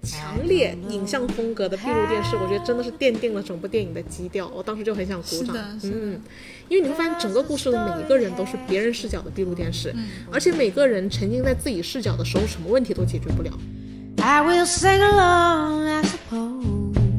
强烈影像风格的闭路电视，我觉得真的是奠定了整部电影的基调，我当时就很想鼓掌。因为你会发现整个故事的每一个人都是别人视角的闭路电视，而且每个人沉浸在自己视角的时候，什么问题都解决不了。 I will sing along, I suppose.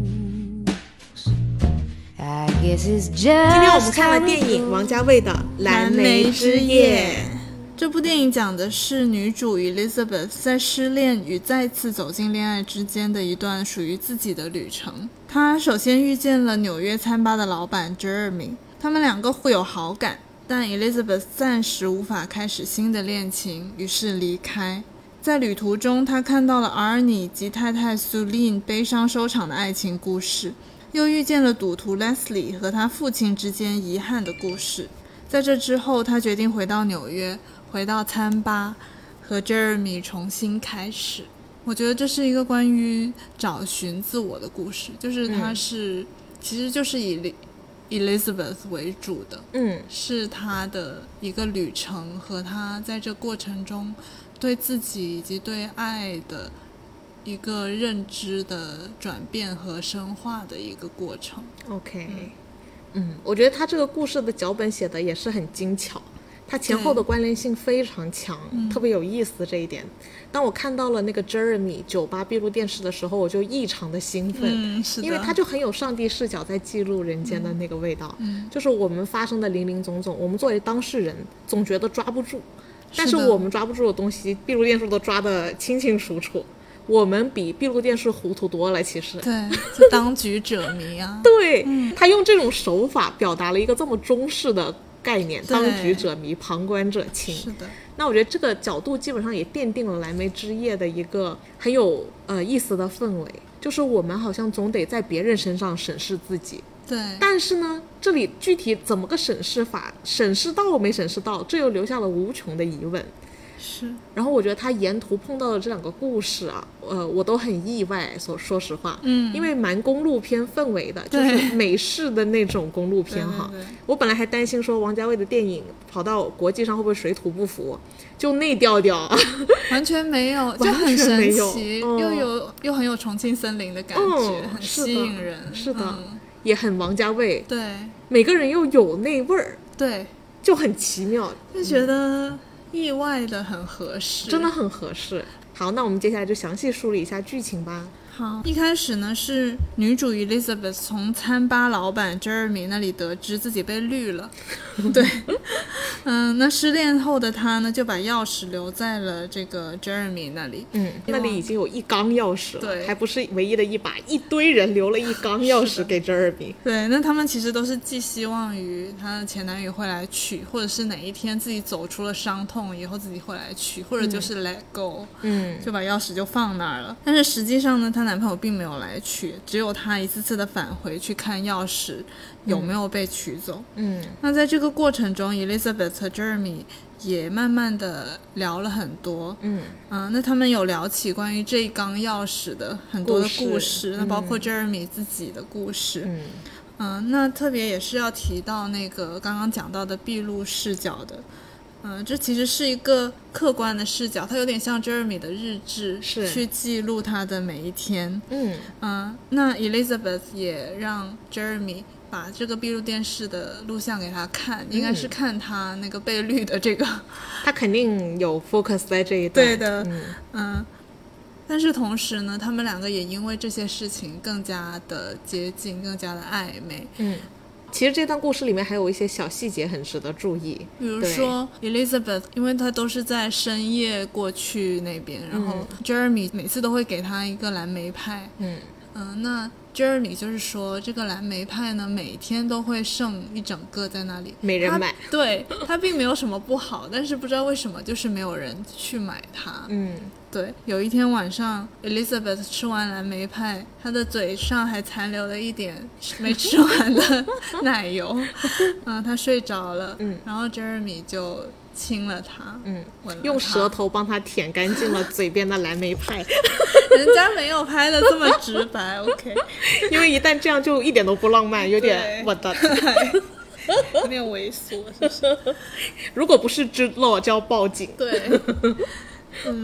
I guess it's just 今天我们看了电影王家卫的《蓝莓之夜》。 这部电影讲的是女主 Elizabeth 在失恋与再次走进恋爱之间的一段属于自己的旅程。她首先遇见了纽约餐吧的老板 Jeremy， 他们两个互有好感，但 Elizabeth 暂时无法开始新的恋情，于是离开。在旅途中，她看到了 Arnie 及太太 Suline 悲伤收场的爱情故事，又遇见了赌徒 Leslie 和他父亲之间遗憾的故事。在这之后，她决定回到纽约，回到餐吧，和 Jeremy 重新开始。我觉得这是一个关于找寻自我的故事，就是它是、其实就是以 Elizabeth 为主的，是她的一个旅程和她在这过程中对自己以及对爱的一个认知的转变和深化的一个过程。 OK， 我觉得他这个故事的脚本写的也是很精巧，它前后的关联性非常强，特别有意思这一点。当我看到了那个 Jeremy 酒吧闭路电视的时候，我就异常的兴奋， 是的， 因为它就很有上帝视角在记录人间的那个味道，就是我们发生的林林总总，我们作为当事人总觉得抓不住，但是我们抓不住的东西闭路电视都抓得清清楚楚，我们比闭路电视糊涂多了。其实对，就当局者迷啊对，他用这种手法表达了一个这么中式的概念，当局者迷，旁观者清。 是的， 那我觉得这个角度基本上也奠定了蓝莓之夜的一个很有意思的氛围，就是我们好像总得在别人身上审视自己， 对， 但是呢这里具体怎么个审视法，审视到没审视到，这又留下了无穷的疑问。 是， 然后我觉得他沿途碰到的这两个故事啊，我都很意外，说实话，因为蛮公路片氛围的，就是美式的那种公路片哈。 对对对， 我本来还担心说王家卫的电影跑到国际上会不会水土不服，就那调调， 完全没有，就很神奇，又很有重庆森林的感觉，很吸引人。 是的，也很王家卫， 对， 每个人又有那味儿， 对， 就很奇妙， 就觉得意外的很合适， 真的很合适。好，那我们接下来就详细梳理一下剧情吧。 好，一开始呢是女主 Elizabeth 从餐吧老板 Jeremy 那里得知自己被绿了，对，那失恋后的她呢就把钥匙留在了这个 Jeremy 那里， 那里已经有一缸钥匙了， 对， 还不是唯一的一把，一堆人留了一缸钥匙给 Jeremy。 对，那他们其实都是寄希望于她的前男友会来娶，或者是哪一天自己走出了伤痛以后自己会来娶，或者就是 let go，就把钥匙就放那儿了。但是实际上呢，她男朋友并没有来取，只有她一次次的返回去看钥匙有没有被取走。那在这个过程中 Elizabeth 和 Jeremy 也慢慢的聊了很多。那他们有聊起关于这一缸钥匙的很多的故事，那包括 Jeremy 自己的故事。那特别也是要提到那个刚刚讲到的闭路视角的。这其实是一个客观的视角，它有点像 Jeremy 的日志，去记录他的每一天。那 Elizabeth 也让 Jeremy 把这个闭路电视的录像给他看，应该是看他那个被绿的这个， 他肯定有 focus 在这一段。 对的，但是同时呢，他们两个也因为这些事情更加的接近，更加的暧昧。 其实这段故事里面还有一些小细节很值得注意， 比如说 Elizabeth 因为她都是在深夜过去那边，然后 Jeremy 每次都会给她一个蓝莓派。那 Jeremy 就是说这个蓝莓派呢每天都会剩一整个在那里， 没人买。 对，它并没有什么不好，但是不知道为什么就是没有人去买它。对，有一天晚上 Elizabeth 吃完蓝莓派，她的嘴上还残留了一点没吃完的奶油。她睡着了，然后 Jeremy 就亲了她， 用舌头帮她舔干净了嘴边的蓝莓派。 人家没有拍的这么直白，OK， 因为一旦这样就一点都不浪漫，有点我的有点猥琐，是不是？ 如果不是知漏就要报警。 对，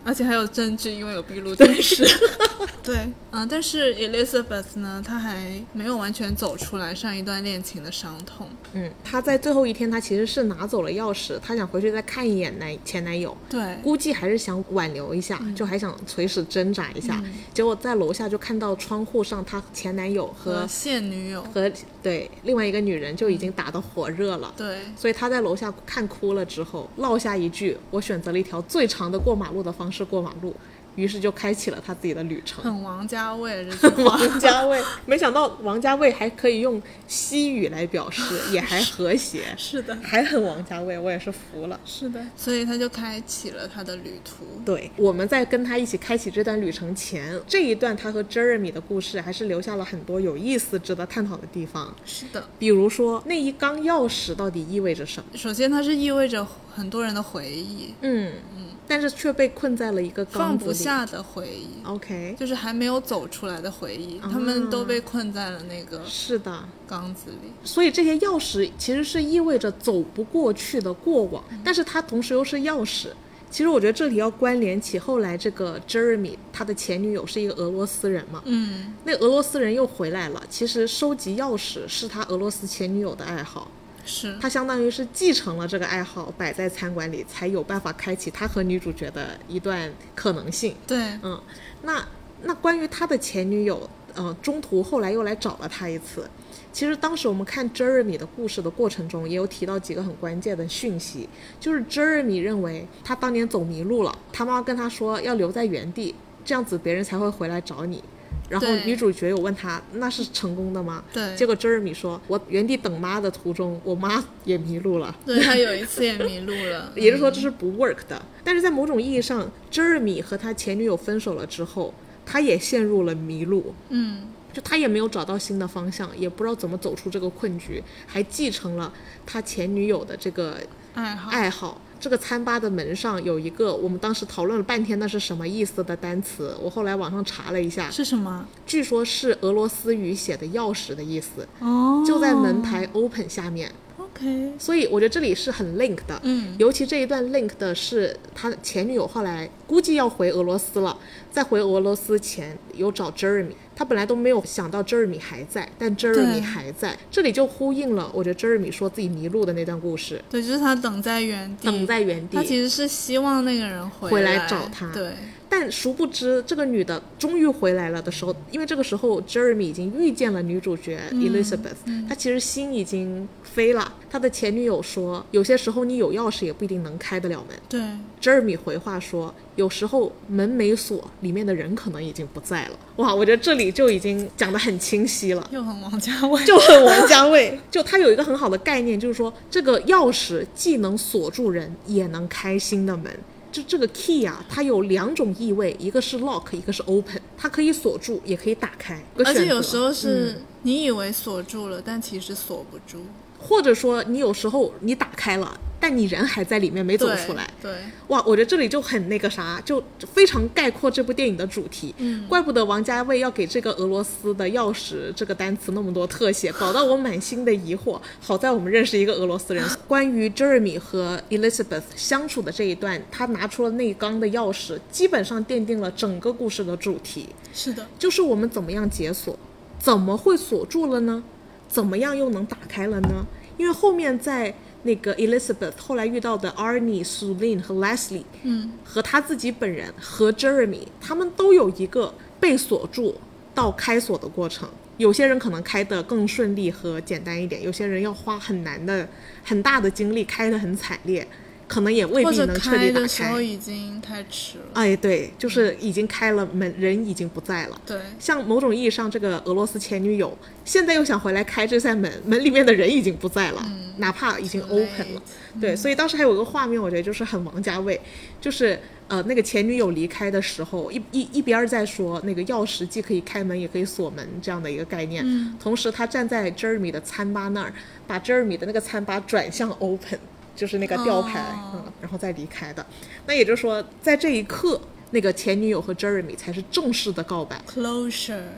而且还有证据，因为有闭路电视。对，但是 Elizabeth 呢，她还没有完全走出来上一段恋情的伤痛。 她在最后一天，她其实是拿走了钥匙，她想回去再看一眼前男友， 对， 估计还是想挽留一下，就还想垂死挣扎一下。结果在楼下就看到窗户上她前男友和现女友和对另外一个女人就已经打得火热了。 对， 所以她在楼下看哭了之后，落下一句：“我选择了一条最长的过马路的方式过马路。”于是就开启了他自己的旅程。 很王家卫这句话。 王家卫，没想到王家卫还可以用西语来表示，也还和谐。 是的， 还很王家卫，我也是服了。 是的，所以他就开启了他的旅途。 对，我们在跟他一起开启这段旅程前，这一段他和 Jeremy 的故事还是留下了很多有意思值得探讨的地方。 是的， 比如说那一缸钥匙到底意味着什么？ 首先它是意味着很多人的回忆， 但是却被困在了一个缸子里， 放不下的回忆。 OK， 就是还没有走出来的回忆，他们都被困在了那个是的缸子里。 所以这些钥匙其实是意味着走不过去的过往，但是它同时又是钥匙。其实我觉得这里要关联起后来这个 Jeremy 他的前女友是一个俄罗斯人嘛，那俄罗斯人又回来了。其实收集钥匙是他俄罗斯前女友的爱好。 是他相当于是继承了这个爱好，摆在餐馆里，才有办法开启他和女主角的一段可能性。 对， 那关于他的前女友，中途后来又来找了他一次。其实当时我们看 Jeremy 的故事的过程中，也有提到几个很关键的讯息，就是 Jeremy 认为他当年走迷路了，他妈妈跟他说要留在原地，这样子别人才会回来找你。然后女主角有问他那是成功的吗？ 对， 结果 Jeremy 说我原地等妈的途中我妈也迷路了。 对，他有一次也迷路了。 也就是说这是不 work 的。但是在某种意义上 Jeremy 和他前女友分手了之后，他也陷入了迷路。就他也没有找到新的方向，也不知道怎么走出这个困局，还继承了他前女友的这个爱好。这个餐吧的门上有一个我们当时讨论了半天那是什么意思的单词，我后来网上查了一下， 是什么？ 据说是俄罗斯语写的钥匙的意思。就在门牌 open 下面。 OK， 所以我觉得这里是很 link 的。尤其这一段 link 的是他前女友后来估计要回俄罗斯了，在回俄罗斯前有找 Jeremy， 他本来都没有想到 Jeremy 还在，但 Jeremy 还在，这里就呼应了我觉得 Jeremy 说自己迷路的那段故事。 对，就是他等在原地，他其实是希望那个人回来找他。 对， 但殊不知这个女的终于回来了的时候，因为这个时候 Jeremy 已经遇见了女主角 Elizabeth，她其实心已经飞了。他的前女友说有些时候你有钥匙也不一定能开得了门。 对， Jeremy 回话说有时候门没锁，里面的人可能已经不在了。哇，我觉得这里就已经讲得很清晰了， 又很王家卫， 就很王家卫。就他有一个很好的概念，就是说这个钥匙既能锁住人也能开新的门。就这个 key 啊，它有两种意味，一个是 lock， 一个是 open， 它可以锁住也可以打开。 而且有时候是你以为锁住了，但其实锁不住。 或者说你有时候你打开了，但你人还在里面没走出来。 对， 哇，我觉得这里就很那个啥，就非常概括这部电影的主题。怪不得王家卫要给这个俄罗斯的钥匙这个单词那么多特写，搞到我满心的疑惑。好在我们认识一个俄罗斯人。关于 Jeremy 和 Elizabeth 相处的这一段，他拿出了那缸的钥匙，基本上奠定了整个故事的主题。 是的， 就是我们怎么样解锁，怎么会锁住了呢？怎么样又能打开了呢？因为后面在那个 Elizabeth 后来遇到的 Arnie、Sulin 和 Leslie，和他自己本人和 Jeremy， 他们都有一个被锁住到开锁的过程。有些人可能开得更顺利和简单一点，有些人要花很大的精力，开得很惨烈，可能也未必能彻底打开。 或者开的时候已经太迟了。 哎，对，就是已经开了门，人已经不在了。 对， 像某种意义上，这个俄罗斯前女友现在又想回来开这扇门，门里面的人已经不在了，哪怕已经 open 了。对，所以当时还有一个画面，我觉得就是很王家卫，就是那个前女友离开的时候，一边在说那个钥匙既可以开门也可以锁门这样的一个概念，同时他站在 Jeremy 的餐吧那儿，把 Jeremy 的那个餐吧转向 open。就是那个吊牌，然后再离开的。那也就是说，在这一刻，那个前女友和 Jeremy 才是正式的告白 closure，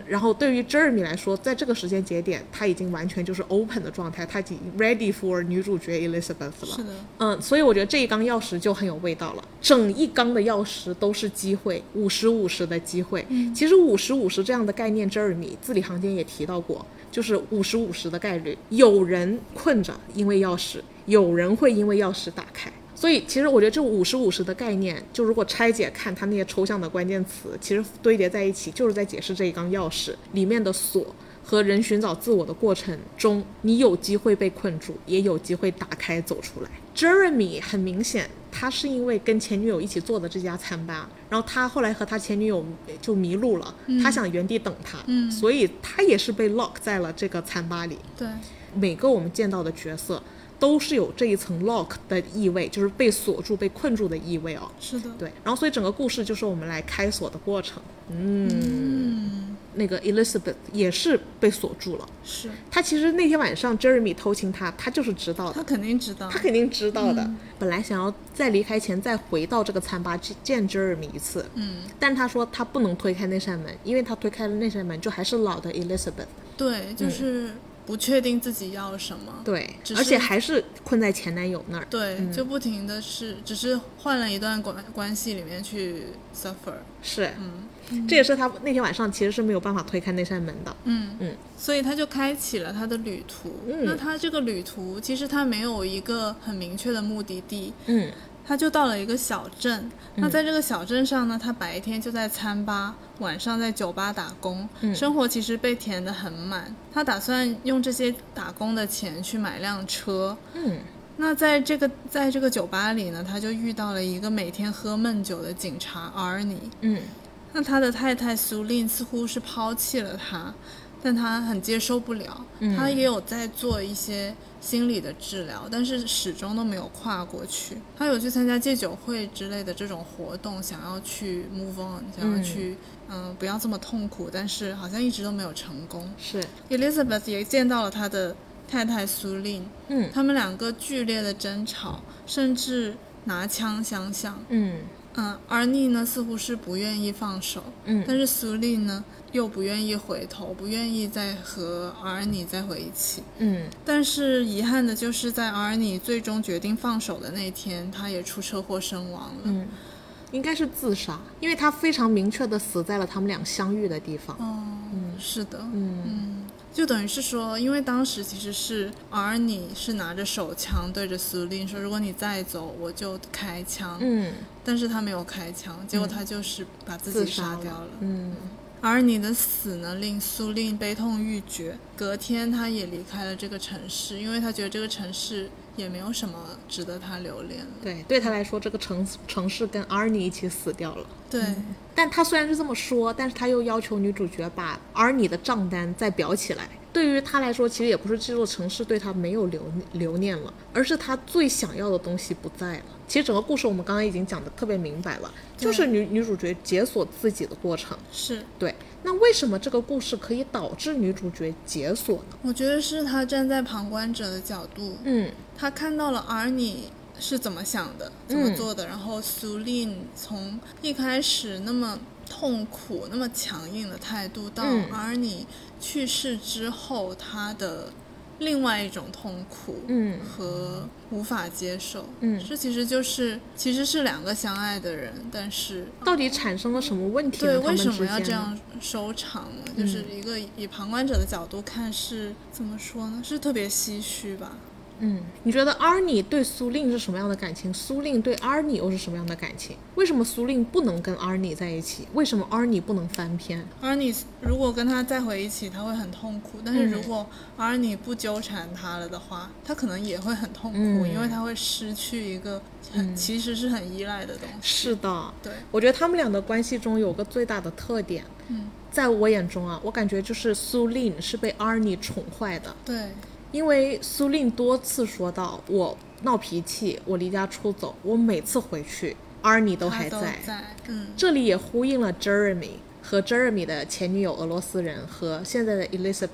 然后对于 Jeremy 来说，在这个时间节点他已经完全就是 open 的状态，他已经 ready for 女主角 Elizabeth 了。 是的， 所以我觉得这一缸钥匙就很有味道了，整一缸的钥匙都是机会，50-50的机会。其实50-50这样的概念 Jeremy 字里行间也提到过，就是50-50的概率，有人困着因为钥匙，有人会因为钥匙打开。所以其实我觉得这50-50的概念，就如果拆解看它那些抽象的关键词，其实堆叠在一起就是在解释这一缸钥匙里面的锁和人寻找自我的过程中，你有机会被困住，也有机会打开走出来。 Jeremy 很明显他是因为跟前女友一起做的这家餐吧，然后他后来和他前女友就迷路了，他想原地等他，所以他也是被 lock 在了这个餐吧里。 对， 每个我们见到的角色都是有这一层 lock 的意味，就是被锁住被困住的意味哦。 是的， 对，然后所以整个故事就是我们来开锁的过程。那个 Elizabeth 也是被锁住了， 是他其实那天晚上 Jeremy 偷亲他就是知道的， 他肯定知道， 他肯定知道的。本来想要在离开前再回到这个餐吧去见 Jeremy 一次，但他说他不能推开那扇门，因为他推开了那扇门就还是老的 Elizabeth。 对，就是不确定自己要什么， 对，而且还是困在前男友那儿。 对，就不停的是只是换了一段关系里面去 suffer。 是，这也是他那天晚上其实是没有办法推开那扇门的。 所以他就开启了他的旅途。那他这个旅途其实他没有一个很明确的目的地。他就到了一个小镇。那在这个小镇上呢，他白天就在餐吧，晚上在酒吧打工，生活其实被填得很满。他打算用这些打工的钱去买辆车。那在这个酒吧里呢，他就遇到了一个每天喝闷酒的警察 Arnie。那他的太太苏琳似乎是抛弃了他，但他很接受不了。他也有在做一些心理的治疗，但是始终都没有跨过去。他有去参加戒酒会之类的这种活动，想要去 move on， 想要去不要这么痛苦，但是好像一直都没有成功。 是 Elizabeth 也见到了他的太太苏琳，他们两个剧烈的争吵，甚至拿枪相向。Arnie 呢似乎是不愿意放手，但是苏琳呢又不愿意回头，不愿意再和 Arnie 再回一起。但是遗憾的就是在 Arnie 最终决定放手的那天，他也出车祸身亡了。 应该是自杀，因为他非常明确的死在了他们俩相遇的地方。 是的。就等于是说，因为当时其实是 Arnie 是拿着手枪对着苏琳说，如果你再走我就开枪。但是他没有开枪，结果他就是把自己杀掉了。Arnie 的死呢令苏琳悲痛欲绝，隔天他也离开了这个城市，因为他觉得这个城市也没有什么值得他留恋了。 对他来说，这个城市跟 Arnie 一起死掉了。 对， 但他虽然是这么说，但是他又要求女主角把 Arnie 的账单再裱起来。对于他来说，其实也不是这座城市对他没有留念了，而是他最想要的东西不在了。其实整个故事我们刚刚已经讲得特别明白了，就是女主角解锁自己的过程。 是， 对。那为什么这个故事可以导致女主角解锁呢？ 我觉得是他站在旁观者的角度，他看到了 Arnie 是怎么想的，怎么做的，然后苏琳从一开始那么痛苦那么强硬的态度，到 Arnie 去世之后他的另外一种痛苦和无法接受。这其实是两个相爱的人，但是到底产生了什么问题呢？ 对，为什么要这样收场呢？就是一个以旁观者的角度看，是怎么说呢？是特别唏嘘吧。 你觉得 Arnie 对苏琳是什么样的感情？苏琳对 Arnie 又是什么样的感情？为什么苏琳不能跟 Arnie 在一起？为什么 Arnie 不能翻篇？ Arnie 如果跟他再回一起，他会很痛苦，但是如果 Arnie 不纠缠他了的话，他可能也会很痛苦，因为他会失去一个其实是很依赖的东西。 是的， 对， 我觉得他们俩的关系中有个最大的特点，在我眼中啊，我感觉就是苏琳是被 Arnie 宠坏的。 对， 因为苏琳多次说到，我闹脾气，我离家出走，我每次回去 Arnie 都还在。这里也呼应了 Jeremy 和 Jeremy 的前女友俄罗斯人和现在的 Elizabeth。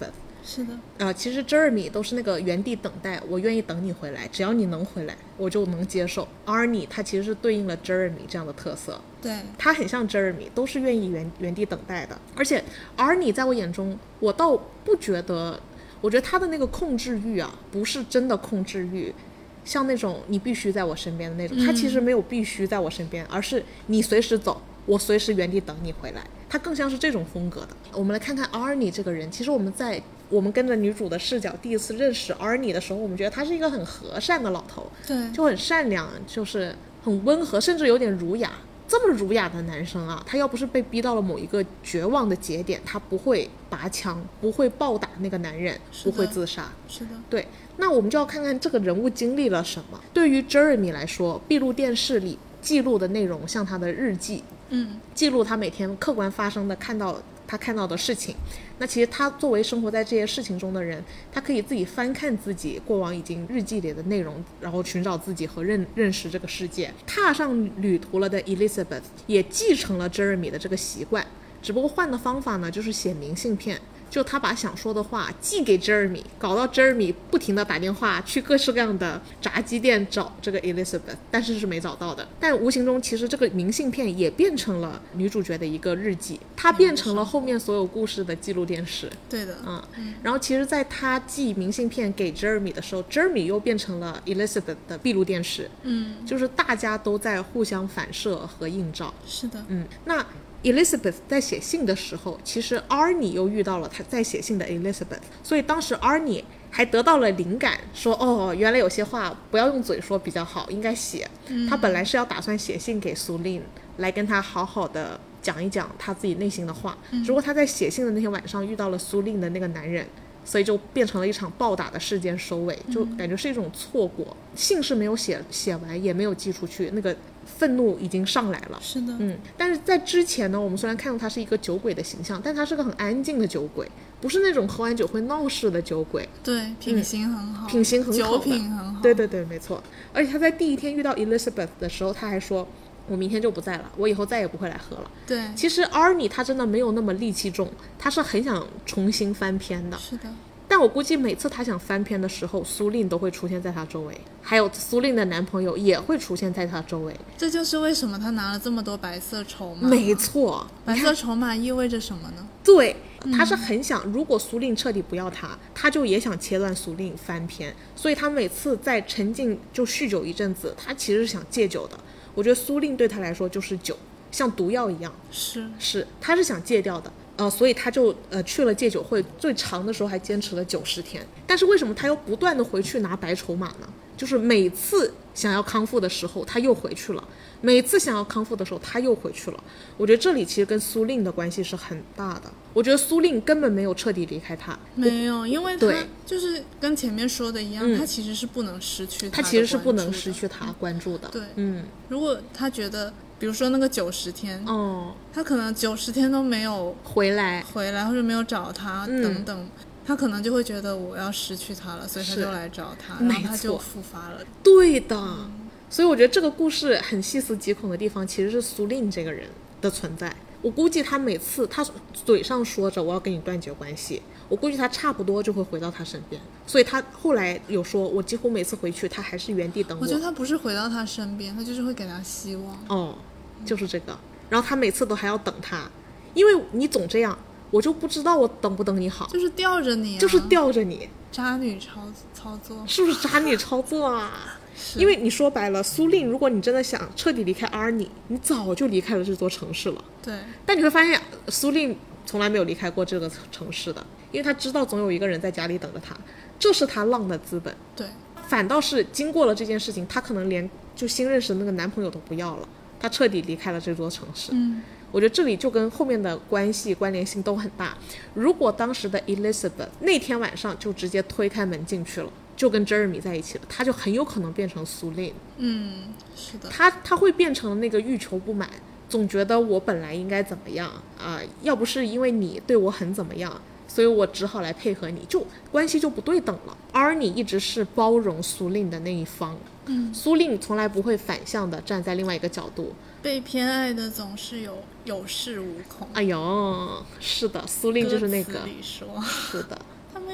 是的， 其实 Jeremy 都是那个原地等待，我愿意等你回来，只要你能回来我就能接受。 Arnie 他其实是对应了 Jeremy 这样的特色， 对， 他很像 Jeremy， 都是愿意原地等待的。而且 Arnie 在我眼中，我倒不觉得，我觉得他的那个控制欲啊，不是真的控制欲，像那种你必须在我身边的那种，他其实没有必须在我身边，而是你随时走，我随时原地等你回来，他更像是这种风格的。我们来看看 Arnie 这个人，其实我们跟着女主的视角第一次认识 Arnie 的时候，我们觉得他是一个很和善的老头， 对， 就很善良，就是很温和，甚至有点儒雅。这么儒雅的男生啊，他要不是被逼到了某一个绝望的节点，他不会拔枪，不会暴打那个男人，不会自杀。 是的， 对。那我们就要看看这个人物经历了什么。对于 Jeremy 来说，闭路电视里记录的内容像他的日记，记录他每天客观发生的他看到的事情。那其实他作为生活在这些事情中的人，他可以自己翻看自己过往已经日记里的内容，然后寻找自己和认识这个世界。踏上旅途了的 Elizabeth 也继承了 Jeremy 的这个习惯，只不过换的方法呢，就是写明信片。就他把想说的话寄给 Jeremy， 搞到 Jeremy 不停地打电话去各式各样的炸鸡店找这个 Elizabeth， 但是没找到的。但无形中其实这个明信片也变成了女主角的一个日记，它变成了后面所有故事的记录电视。 对的， 然后其实在他寄明信片给 Jeremy 的时候， Jeremy 又变成了 Elizabeth 的闭路电视。就是大家都在互相反射和映照。 是的， 那Elizabeth 在写信的时候，其实 Arnie 又遇到了他在写信的 Elizabeth， 所以当时 Arnie 还得到了灵感，说原来有些话不要用嘴说比较好，应该写。他本来是要打算写信给苏琳，来跟他好好的讲一讲他自己内心的话，如果他在写信的那天晚上遇到了苏琳的那个男人，所以就变成了一场暴打的事件收尾，就感觉是一种错过。信是没有写完，也没有寄出去，那个愤怒已经上来了。 是的， 但是在之前呢，我们虽然看到他是一个酒鬼的形象，但他是个很安静的酒鬼，不是那种喝完酒会闹事的酒鬼。 对，品行很好， 品行很好， 酒品很好。 对对对，没错。而且他在第一天遇到 Elizabeth 的时候，他还说我明天就不在了，我以后再也不会来喝了。 对， 其实 Arnie 他真的没有那么戾气重，他是很想重新翻篇的。 是的， 但我估计每次他想翻篇的时候，苏琳都会出现在他周围，还有苏琳的男朋友也会出现在他周围。 这就是为什么他拿了这么多白色筹码。 没错， 白色筹码意味着什么呢？ 对，他是很想，如果苏琳彻底不要他就也想切断苏琳翻篇，所以他每次在沉浸就酗酒一阵子，他其实是想戒酒的。我觉得苏琳对他来说就是酒，像毒药一样。是，他是想戒掉的。所以他就去了戒酒会，最长的时候还坚持了90天。但是为什么他又不断的回去拿白筹码呢？就是每次想要康复的时候他又回去了，每次想要康复的时候他又回去了。我觉得这里其实跟苏琳的关系是很大的。我觉得苏琳根本没有彻底离开他， 没有，因为他就是跟前面说的一样，他其实是不能失去他其实是不能失去他关注的。 对，如果他觉得比如说那个90天，他可能90天都没有回来或者没有找他等等，他可能就会觉得我要失去他了，所以他就来找他，然后他就复发了。 对的，所以我觉得这个故事很细思极恐的地方其实是苏琳这个人的存在。我估计他每次他嘴上说着我要跟你断绝关系，我估计他差不多就会回到他身边，所以他后来有说我几乎每次回去他还是原地等我。 我觉得他不是回到他身边，他就是会给他希望。 就是这个。然后他每次都还要等他，因为你总这样我就不知道我等不等你好， 就是吊着你就是吊着你。 渣女操作， 是不是渣女操作啊？因为你说白了，苏琳如果你真的想彻底离开 Arnie， 你早就离开了这座城市了。 对， 但你会发现苏琳从来没有离开过这个城市的，因为他知道总有一个人在家里等着他，这是他浪的资本。 对， 反倒是经过了这件事情，他可能连就新认识的那个男朋友都不要了，他彻底离开了这座城市。我觉得这里就跟后面的关系关联性都很大。如果当时的 Elizabeth 那天晚上就直接推开门进去了，就跟 Jeremy 在一起了，他就很有可能变成苏琳。 是的， 他会变成那个欲求不满，总觉得我本来应该怎么样要不是因为你对我很怎么样，所以我只好来配合你，就关系就不对等了。Arnie 一直是包容苏琳的那一方，苏琳从来不会反向的站在另外一个角度。 被偏爱的总是有恃无恐。 哎呦，是的，苏琳就是那个。 歌词里说， 是的， 他们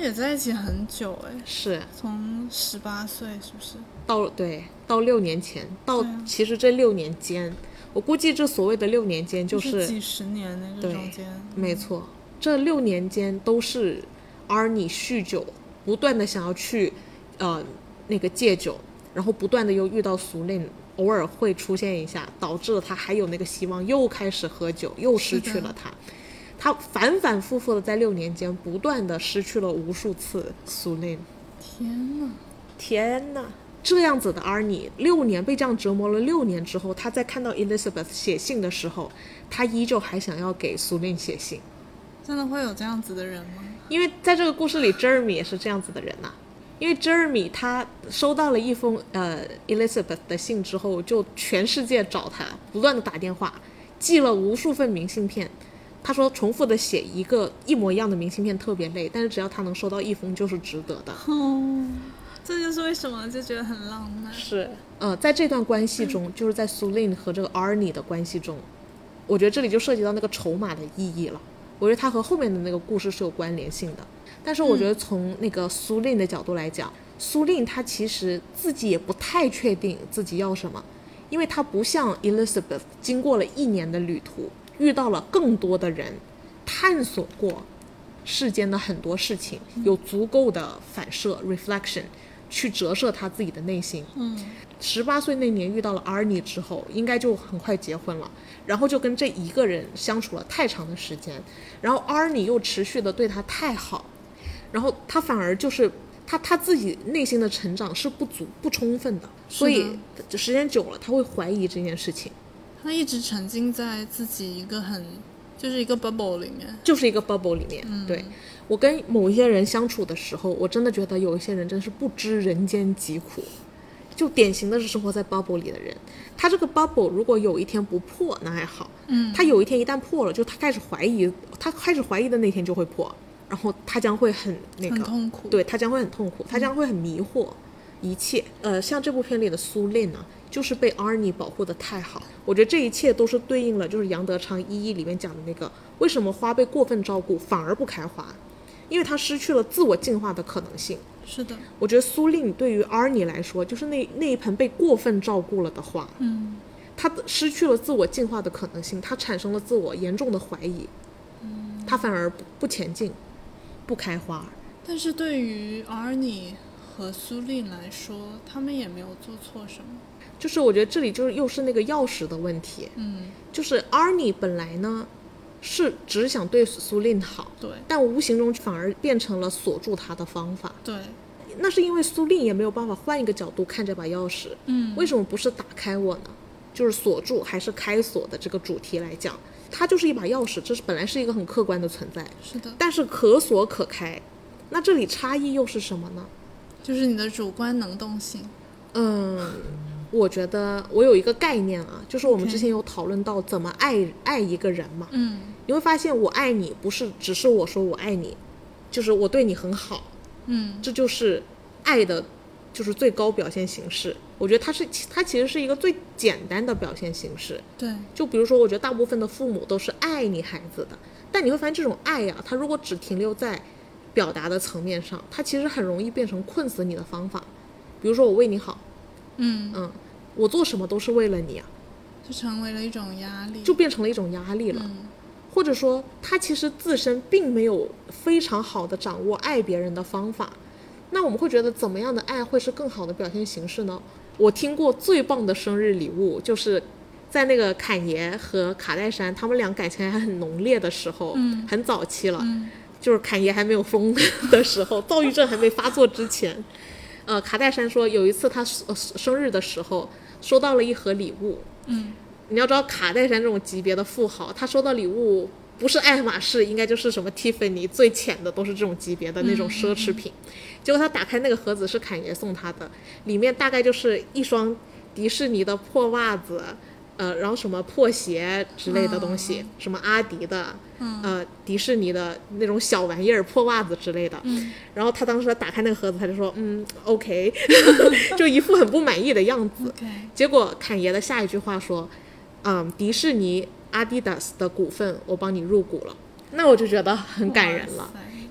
也在一起很久哎， 是从18岁是不是？ 到6年前，其实这6年间，我估计这所谓的6年间就是几十年呢，这中间。 没错，这6年间都是 Arnie 酗酒，不断的想要去那个戒酒，然后不断的又遇到苏令，偶尔会出现一下，导致了他还有那个希望，又开始喝酒，又失去了他。他反反复复的在6年间不断的失去了无数次苏令。天哪！这样子的 Arnie 6年被这样折磨了6年之后，他在看到 Elizabeth 写信的时候，他依旧还想要给苏令写信。 真的会有这样子的人吗？ 因为在这个故事里 Jeremy 也是这样子的人啊。因为 Jeremy 他收到了一封Elizabeth 的信之后，就全世界找他，不断的打电话，寄了无数份明信片。他说重复的写一模一样的明信片特别累，但是只要他能收到一封就是值得的。 这就是为什么就觉得很浪漫。 是在这段关系中，就是在苏令和这个 Arnie 的关系中，我觉得这里就涉及到那个筹码的意义了。我觉得它和后面的那个故事是有关联性的。但是我觉得从那个苏令的角度来讲，苏令他其实自己也不太确定自己要什么，因为他不像 Elizabeth 经过了1年的旅途，遇到了更多的人，探索过世间的很多事情，有足够的反射 reflection 去折射他自己的内心。18岁那年遇到了 Arnie 之后，应该就很快结婚了，然后就跟这一个人相处了太长的时间，然后 Arnie 又持续的对他太好，然后他反而就是他自己内心的成长是不足不充分的，所以时间久了他会怀疑这件事情。 他一直沉浸在自己一个就是一个 bubble 里面， 就是一个 bubble 里面。对，我跟某一些人相处的时候，我真的觉得有一些人真是不知人间疾苦，就典型的是生活在 bubble 里的人。他这个 bubble 如果有一天不破那还好，他有一天一旦破了，就他开始怀疑的那天就会破，然后他将会很痛苦。 对，他将会很痛苦，他将会很迷惑一切。像这部片里的苏令呢，就是被 Arnie 保护的太好。我觉得这一切都是对应了就是杨德昌一里面讲的那个，为什么花被过分照顾反而不开花，因为他失去了自我进化的可能性。 是的， 我觉得苏令对于 Arnie 来说，就是那一盆被过分照顾了的花，他失去了自我进化的可能性，他产生了自我严重的怀疑，他反而不前进，不开花。 但是对于 Arnie 和苏令来说，他们也没有做错什么。 就是我觉得这里就是又是那个钥匙的问题。就是 Arnie 本来呢是只想对苏令好， 对， 但无形中反而变成了锁住他的方法。 对， 那是因为苏令也没有办法换一个角度看这把钥匙。为什么不是打开我呢？就是锁住还是开锁的这个主题来讲，它就是一把钥匙，这是本来是一个很客观的存在。 是的， 但是可锁可开，那这里差异又是什么呢？ 就是你的主观能动性。 我觉得我有一个概念啊，就是我们之前有讨论到怎么爱一个人嘛。你会发现我爱你不是只是我说我爱你，就是我对你很好。这就是爱的就是最高表现形式。我觉得它其实是一个最简单的表现形式。 对， 就比如说我觉得大部分的父母都是爱你孩子的，但你会发现这种爱呀，它如果只停留在表达的层面上，它其实很容易变成困死你的方法。比如说我为你好，我做什么都是为了你啊， 就成为了一种压力， 就变成了一种压力了。或者说他其实自身并没有非常好的掌握爱别人的方法，那我们会觉得怎么样的爱会是更好的表现形式呢？我听过最棒的生日礼物，就是在那个侃爷和卡戴珊他们俩感情还很浓烈的时候，很早期了，就是侃爷还没有疯的时候，躁郁症还没发作之前，卡戴珊说有一次他生日的时候收到了一盒礼物。你要知道卡戴珊这种级别的富豪，他收到礼物不是爱马仕，应该就是什么 Tiffany 最浅的都是这种级别的那种奢侈品。结果他打开那个盒子是侃爷送他的，里面大概就是一双迪士尼的破袜子，然后什么破鞋之类的东西，什么阿迪的，迪士尼的那种小玩意儿破袜子之类的。然后他当时打开那个盒子，他就说OK 就一副很不满意的样子。结果侃爷的下一句话说迪士尼 Adidas 的股份我帮你入股了。那我就觉得很感人了，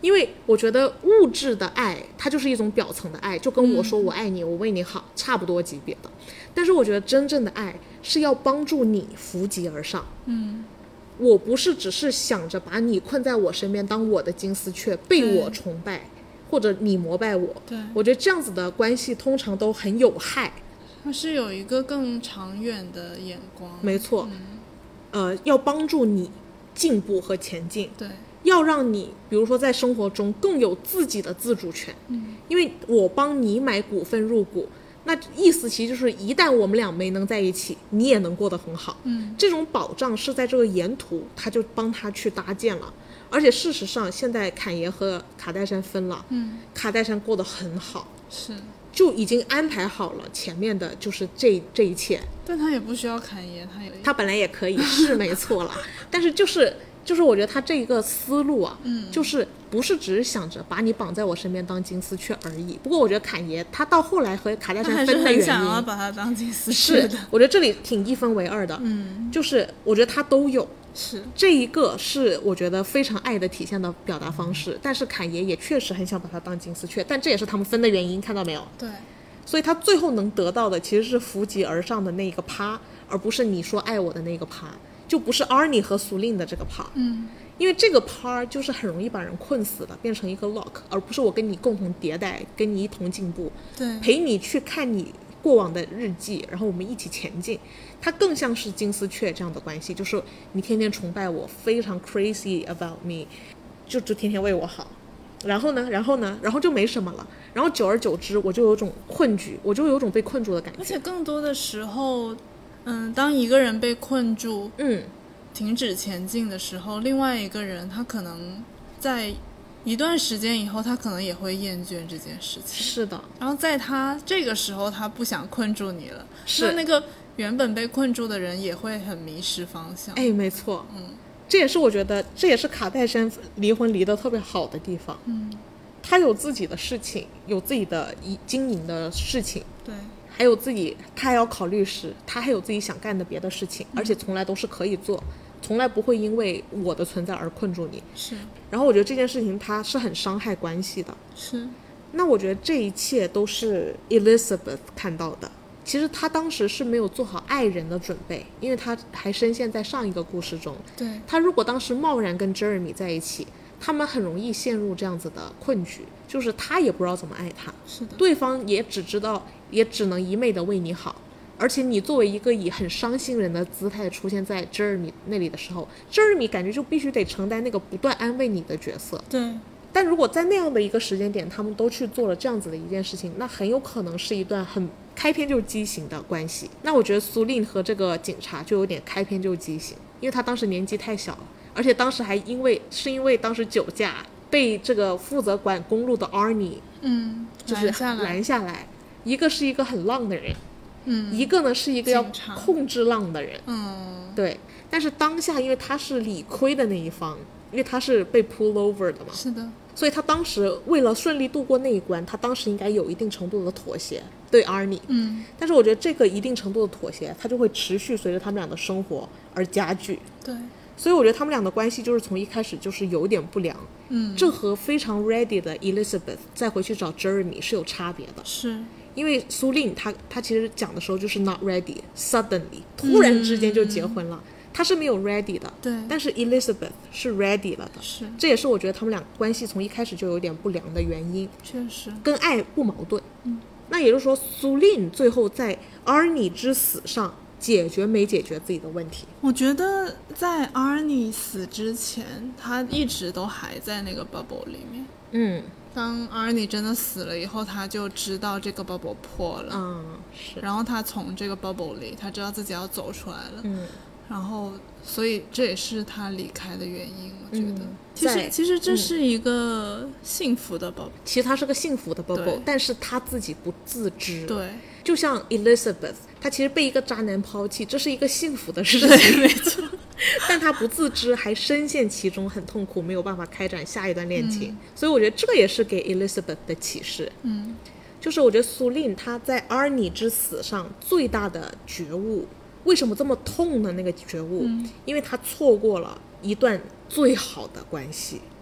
因为我觉得物质的爱它就是一种表层的爱，就跟我说我爱你，我为你好差不多级别的。但是我觉得真正的爱是要帮助你扶级而上。我不是只是想着把你困在我身边当我的金丝雀，被我崇拜，或者你膜拜我。 对， 我觉得这样子的关系通常都很有害。 它是有一个更长远的眼光。 没错，要帮助你进步和前进。 对， 要让你比如说在生活中更有自己的自主权。因为我帮你买股份入股，那意思其实就是一旦我们俩没能在一起，你也能过得很好。这种保障是在这个沿途他就帮他去搭建了。而且事实上现在侃爷和卡戴珊分了，卡戴珊过得很好， 是就已经安排好了前面的就是这一切。 但他也不需要侃爷， 他本来也可以是没错了，但是就是我觉得他这一个思路啊，就是不是只是想着把你绑在我身边当金丝雀而已。不过我觉得侃爷他到后来和卡戴珊分的原因， 他还是很想要把他当金丝雀的。 是，我觉得这里挺一分为二的。就是我觉得他都有。 是， 这一个是我觉得非常爱的体现的表达方式，但是侃爷也确实很想把他当金丝雀，但这也是他们分的原因，看到没有？ 对， 所以他最后能得到的其实是扶级而上的那个趴，而不是你说爱我的那个趴，就不是 Arnie 和苏令的这个趴。因为这个趴就是很容易把人困死的，变成一个 lock， 而不是我跟你共同迭代，跟你一同进步， 对， 陪你去看你过往的日记，然后我们一起前进。它更像是金丝雀这样的关系，就是你天天崇拜我，非常 crazy about me， 就天天为我好，然后就没什么了，然后久而久之我就有种困局，我就有种被困住的感觉。 而且更多的时候当一个人被困住停止前进的时候，另外一个人他可能在一段时间以后他可能也会厌倦这件事情。 是的， 然后在他这个时候他不想困住你了， 是那个原本被困住的人也会很迷失方向。 哎，没错，这也是我觉得这也是卡戴珊离婚离得特别好的地方。他有自己的事情，有自己的经营的事情， 对， 还有自己他还要考律师，他还有自己想干的别的事情，而且从来都是可以做，从来不会因为我的存在而困住你。 是， 然后我觉得这件事情它是很伤害关系的。 是， 那我觉得这一切都是 Elizabeth 看到的。其实他当时是没有做好爱人的准备，因为他还深陷在上一个故事中。 对， 他如果当时贸然跟 Jeremy 在一起，他们很容易陷入这样子的困局，就是他也不知道怎么爱他， 是的， 对方也只能一昧的为你好，而且你作为一个以很伤心人的姿态出现在 Jeremy 那里的时候， Jeremy 感觉就必须得承担那个不断安慰你的角色。 对， 但如果在那样的一个时间点他们都去做了这样子的一件事情，那很有可能是一段很开篇就畸形的关系。那我觉得苏令和这个警察就有点开篇就畸形，因为他当时年纪太小了，而且当时还因为当时酒驾被这个负责管公路的 Arnie 就是拦下来，一个是一个很浪的人，一个呢是一个要控制浪的人，对。但是当下因为他是理亏的那一方，因为他是被 pull over 的嘛， 是的， 所以他当时为了顺利度过那一关，他当时应该有一定程度的妥协对 Arnie。但是我觉得这个一定程度的妥协，它就会持续随着他们俩的生活而加剧。 对， 所以我觉得他们俩的关系就是从一开始就是有点不良。这和非常 ready 的 Elizabeth 再回去找 Jeremy 是有差别的。 是因为苏令他其实讲的时候就是 not ready suddenly 突然之间就结婚了，他是没有 ready 的。 对， 但是 Elizabeth 是 ready 了的。 是， 这也是我觉得他们俩关系从一开始就有点不良的原因。 确实跟爱不矛盾。那也就是说苏令最后在 Arnie 之死上解决没解决自己的问题？ 我觉得在 Arnie 死之前他一直都还在那个 bubble 里面。当 Arnie 真的死了以后，他就知道这个 bubble 破了。 是。 然后他从这个 bubble 里，他知道自己要走出来了。然后所以这也是他离开的原因，我觉得。其实这是一个幸福的 bubble。 其实他是个幸福的 bubble， 但是他自己不自知。 对。 就像 Elizabeth， 她其实被一个渣男抛弃，这是一个幸福的事情， 没错。 但她不自知，还深陷其中，很痛苦，没有办法开展下一段恋情。所以我觉得这个也是给 Elizabeth 的启示。就是我觉得苏令她在 Arnie 之死上最大的觉悟，为什么这么痛的那个觉悟，因为她错过了一段最好的关系。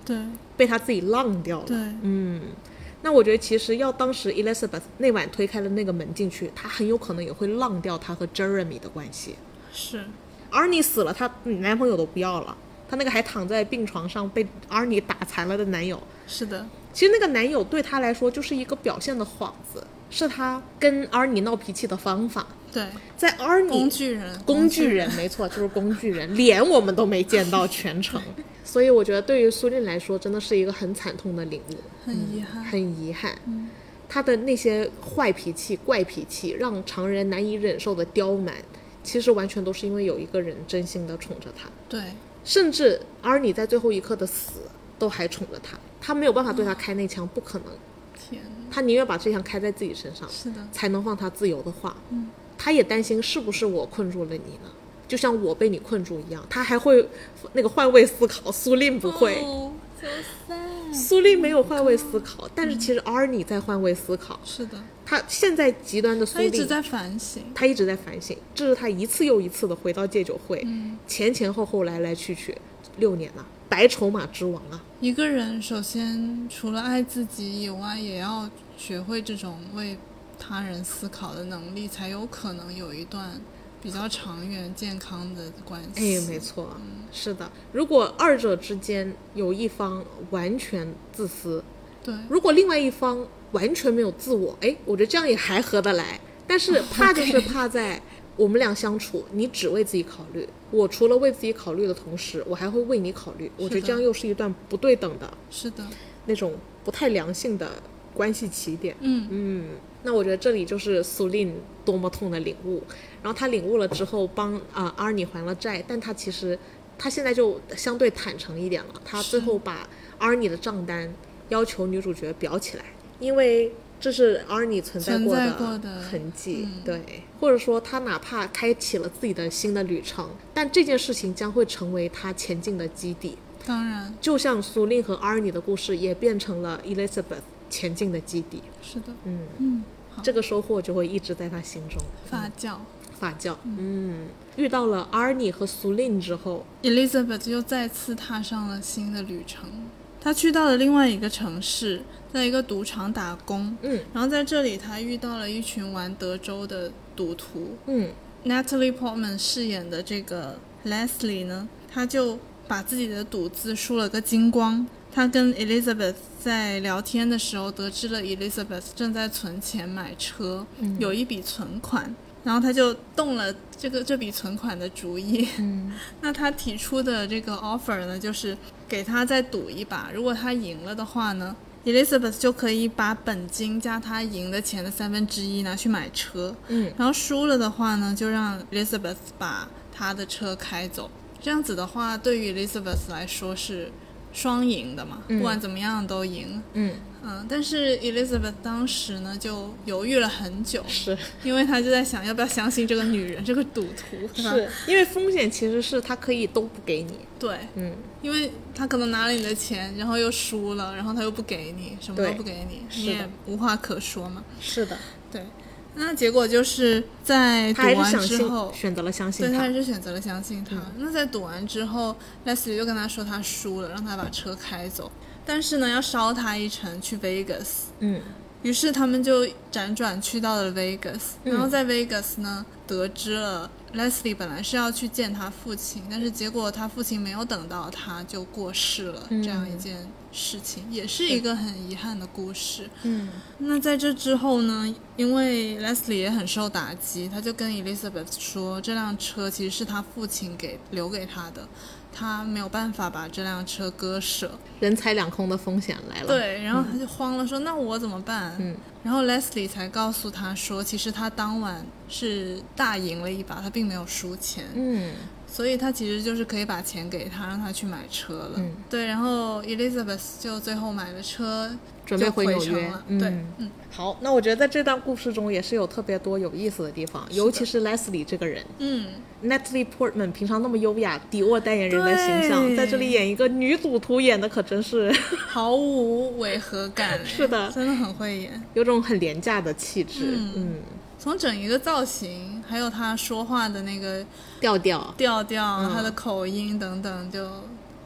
对， 被他自己浪掉了。 对， 那我觉得其实要当时 Elizabeth 那晚推开了那个门进去，他很有可能也会浪掉他和 Jeremy 的关系。 是 Arnie 死了，她男朋友都不要了，她那个还躺在病床上被 Arnie 打残了的男友， 是的， 其实那个男友对她来说就是一个表现的幌子，是她跟 Arnie 闹脾气的方法。 对， 在 Arnie 工具人没错，就是工具人，脸我们都没见到全程。所以我觉得对于苏令来说真的是一个很惨痛的领悟， 很遗憾， 很遗憾。他的那些坏脾气怪脾气让常人难以忍受的刁蛮，其实完全都是因为有一个人真心的宠着他。 对， 甚至Arnie在最后一刻的死都还宠着他，他没有办法对他开那枪，不可能。 天， 他宁愿把这枪开在自己身上， 是的， 才能放他自由的话。他也担心是不是我困住了你呢，就像我被你困住一样。他还会那个换位思考，苏令不会。 so sad。 苏令没有换位思考，但是其实 Arnie 在换位思考。 是的， 他现在极端的苏令， 他一直在反省， 这是他一次又一次的回到戒酒会，前后来来去6年了，白筹码之王啊。 一个人首先除了爱自己以外，也要学会这种为他人思考的能力，才有可能有一段比较长远健康的关系。 没错，是的。如果二者之间有一方完全自私， 对， 如果另外一方完全没有自我，我觉得这样也还合得来。但是怕就是怕在我们俩相处，你只为自己考虑，我除了为自己考虑的同时，我还会为你考虑。我觉得这样又是一段不对等的， 是的， 那种不太良性的关系起点。那我觉得这里就是苏令多么痛的领悟。然后他领悟了之后帮Arnie 还了债，但他其实他现在就相对坦诚一点了，他最后把 Arnie 的账单要求女主角裱起来，因为这是 Arnie 存在过的痕迹。对，或者说他哪怕开启了自己的新的旅程，但这件事情将会成为他前进的基地。 当然， 就像苏令和 Arnie 的故事也变成了 Elizabeth 前进的基地。 是的， 这个收获就会一直在他心中发酵。 遇到了 Arnie 和苏令之后， Elizabeth 又再次踏上了新的旅程。她去到了另外一个城市，在一个赌场打工。然后在这里她遇到了一群玩德州的赌徒。Natalie Portman 饰演的这个 Leslie 呢，她就把自己的赌资输了个精光。她跟 Elizabeth 在聊天的时候得知了 Elizabeth 正在存钱买车，有一笔存款，然后她就动了这笔存款的主意。那她提出的这个 offer 呢，就是给她再赌一把，如果她赢了的话呢， Elizabeth 就可以把本金加她赢的钱的1/3拿去买车。然后输了的话呢，就让 Elizabeth 把她的车开走。这样子的话，对于 Elizabeth 来说是双赢的嘛，不管怎么样都赢。但是 Elizabeth 当时呢就犹豫了很久， 是因为她就在想要不要相信这个女人，这个赌徒， 是因为风险其实是她可以都不给你。 对，因为她可能拿了你的钱，然后又输了，然后她又不给你，什么都不给你，你也无话可说嘛。 是的， 对。那结果就是在赌完之后选择了相信他， 对，他还是选择了相信他。那在赌完之后 Leslie 就跟他说他输了，让他把车开走，但是呢要捎他一程去 Vegas。于是他们就辗转去到了 Vegas。然后在 Vegas 呢得知了 Leslie 本来是要去见他父亲，但是结果他父亲没有等到他就过世了，这样一件事情也是一个很遗憾的故事。那在这之后呢，因为 Leslie 也很受打击，他就跟 Elizabeth 说这辆车其实是他父亲留给他的，他没有办法把这辆车割舍， 人财两空的风险来了。 对，然后他就慌了，说那我怎么办？然后 Leslie 才告诉他说，其实他当晚是大赢了一把，他并没有输钱。所以他其实就是可以把钱给他，让他去买车了。对，然后 Elizabeth 就最后买了车， 准备回纽约。 对， 好，那我觉得在这段故事中也是有特别多有意思的地方，尤其是 Leslie 这个人。Natalie Portman 平常那么优雅，迪奥代言人的形象，在这里演一个女赌徒，演的可真是毫无违和感。 是的， 真的很会演， 有种很廉价的气质。 从整一个造型，还有他说话的那个调调，他的口音等等，我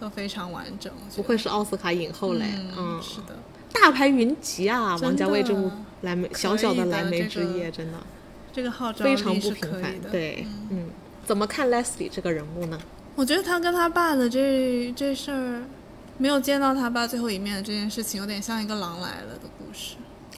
都非常完整， 不愧是奥斯卡影后嘞。 是的， 大牌云集啊，王家卫这部小小的蓝莓之夜，真的这个号召力非常不平凡。对，怎么看 Leslie 这个人物呢？ 我觉得他跟他爸的这事儿，没有见到他爸最后一面的这件事情，有点像一个狼来了的故事。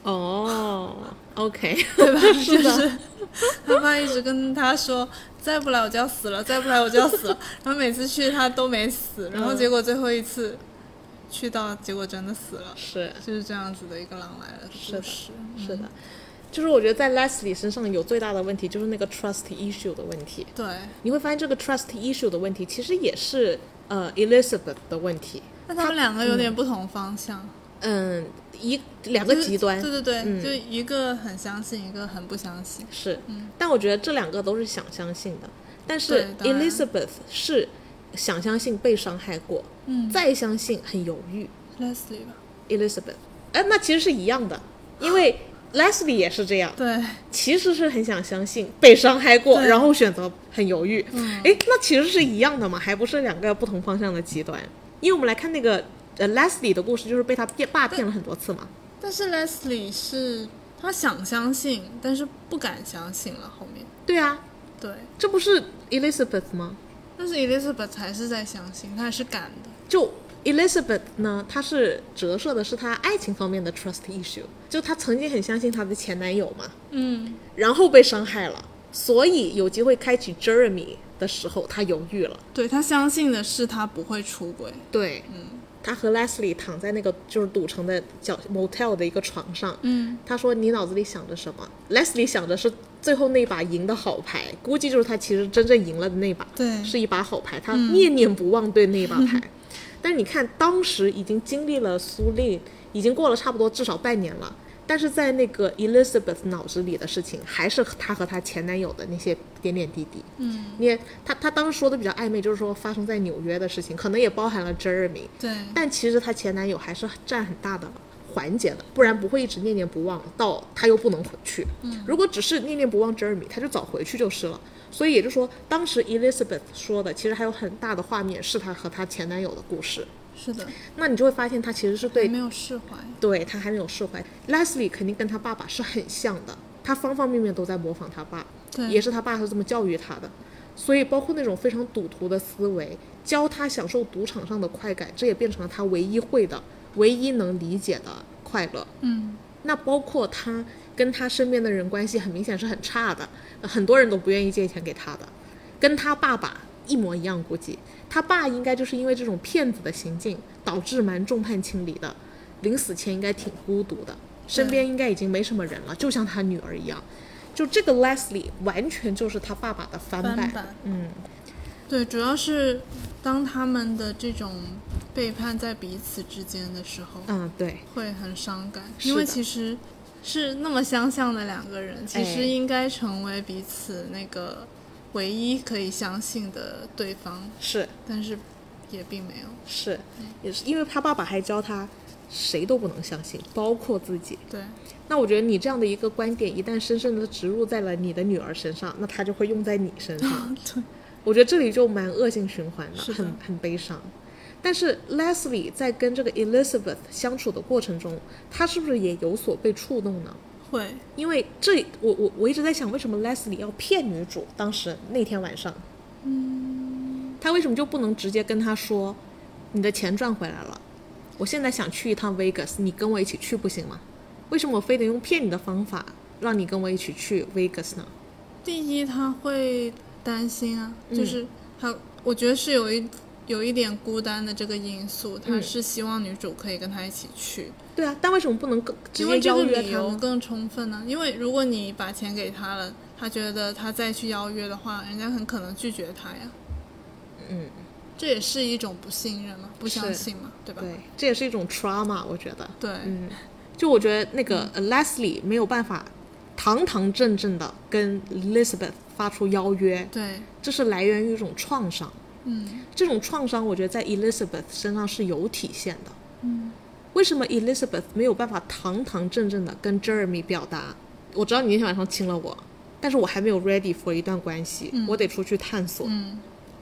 OK 对吧？ 是的， 就是他爸一直跟他说再不来我就要死了，再不来我就要死了，然后每次去他都没死，然后结果最后一次去到结果真的死了，就是这样子的一个狼来了的故事。 是的，就是我觉得在 Leslie 身上有最大的问题就是那个 trust issue 的问题。 对， 你会发现这个 trust issue 的问题其实也是Elizabeth 的问题。 那他们两个有点不同方向。 两个极端。 对对对，就一个很相信，一个很不相信。 是，但我觉得这两个都是想相信的。但是 Elizabeth 是想相信被伤害过，再相信很犹豫。 Leslie 吧 ，Elizabeth，那其实是一样的，因为 Leslie 也是这样。 对， 其实是很想相信被伤害过，然后选择很犹豫。那其实是一样的嘛，还不是两个不同方向的极端？因为我们来看那个Leslie 的故事，就是被他爸骗了很多次嘛。 但是 Leslie 是他想相信，但是不敢相信了。后面对啊， 对， 这不是 Elizabeth 吗？ 但是 Elizabeth 还是在相信，她还是敢的。 就 Elizabeth 呢，她是折射的是她爱情方面的 trust issue， 就她曾经很相信她的前男友嘛，然后被伤害了，所以有机会开启 Jeremy 的时候，她犹豫了。 对，她相信的是他不会出轨。 对，他和 Leslie 躺在那个就是赌城的motel 的一个床上，他说你脑子里想着什么？ Leslie 想着是最后那把赢的好牌，估计就是他其实真正赢了的那把， 对， 是一把好牌，他念念不忘对那把牌。但是你看当时已经经历了苏令，已经过了差不多至少半年了，但是在那个 Elizabeth 脑子里的事情还是她和她前男友的那些点点滴滴。她当时说的比较暧昧，就是说发生在纽约的事情，可能也包含了 Jeremy。 对， 但其实她前男友还是占很大的环节的，不然不会一直念念不忘到她又不能回去。如果只是念念不忘 Jeremy， 她就早回去就是了。所以也就是说，当时 Elizabeth 说的其实还有很大的画面是她和她前男友的故事。 是的， 那你就会发现他其实是对还没有释怀， 对他还没有释怀。Leslie 肯定跟他爸爸是很像的，他方方面面都在模仿他爸， 对， 也是他爸是这么教育他的。所以包括那种非常赌徒的思维，教他享受赌场上的快感，这也变成了他唯一会的、唯一能理解的快乐。那包括他跟他身边的人关系很明显是很差的，很多人都不愿意借钱给他的，跟他爸爸一模一样。估计他爸应该就是因为这种骗子的行径导致蛮众叛亲离的，临死前应该挺孤独的，身边应该已经没什么人了，就像他女儿一样。就这个 Leslie 完全就是他爸爸的翻版。 对，主要是当他们的这种背叛在彼此之间的时候， 对， 会很伤感，因为其实是那么相像的两个人，其实应该成为彼此那个唯一可以相信的对方， 是， 但是也并没有。 是，也是因为他爸爸还教他谁都不能相信，包括自己。 对， 那我觉得你这样的一个观点一旦深深的植入在了你的女儿身上，那他就会用在你身上。 对， 我觉得这里就蛮恶性循环的，很悲伤。但是 Leslie 在跟这个 Elizabeth 相处的过程中，他是不是也有所被触动呢？ 会， 因为我一直在想，为什么 Leslie 要骗女主？当时那天晚上，他为什么就不能直接跟她说，你的钱赚回来了，我现在想去一趟 Vegas， 你跟我一起去不行吗？为什么我非得用骗你的方法让你跟我一起去 Vegas 呢？ 第一，他会担心啊，就是我觉得是有一点孤单的这个因素，他是希望女主可以跟他一起去。 对啊，但为什么不能直接邀约他呢？ 因为这个理由更充分呢。因为如果你把钱给他了，他觉得他再去邀约的话，人家很可能拒绝他呀。这也是一种不信任嘛，不相信嘛，对吧？ 对，这也是一种 trauma， 我觉得。 对， 就我觉得那个Leslie 没有办法堂堂正正的跟 Elizabeth 发出邀约， 对， 这是来源于一种创伤。这种创伤我觉得在 Elizabeth 身上是有体现的。为什么 Elizabeth 没有办法堂堂正正的跟 Jeremy 表达，我知道你那天晚上亲了我，但是我还没有 ready for 一段关系，我得出去探索。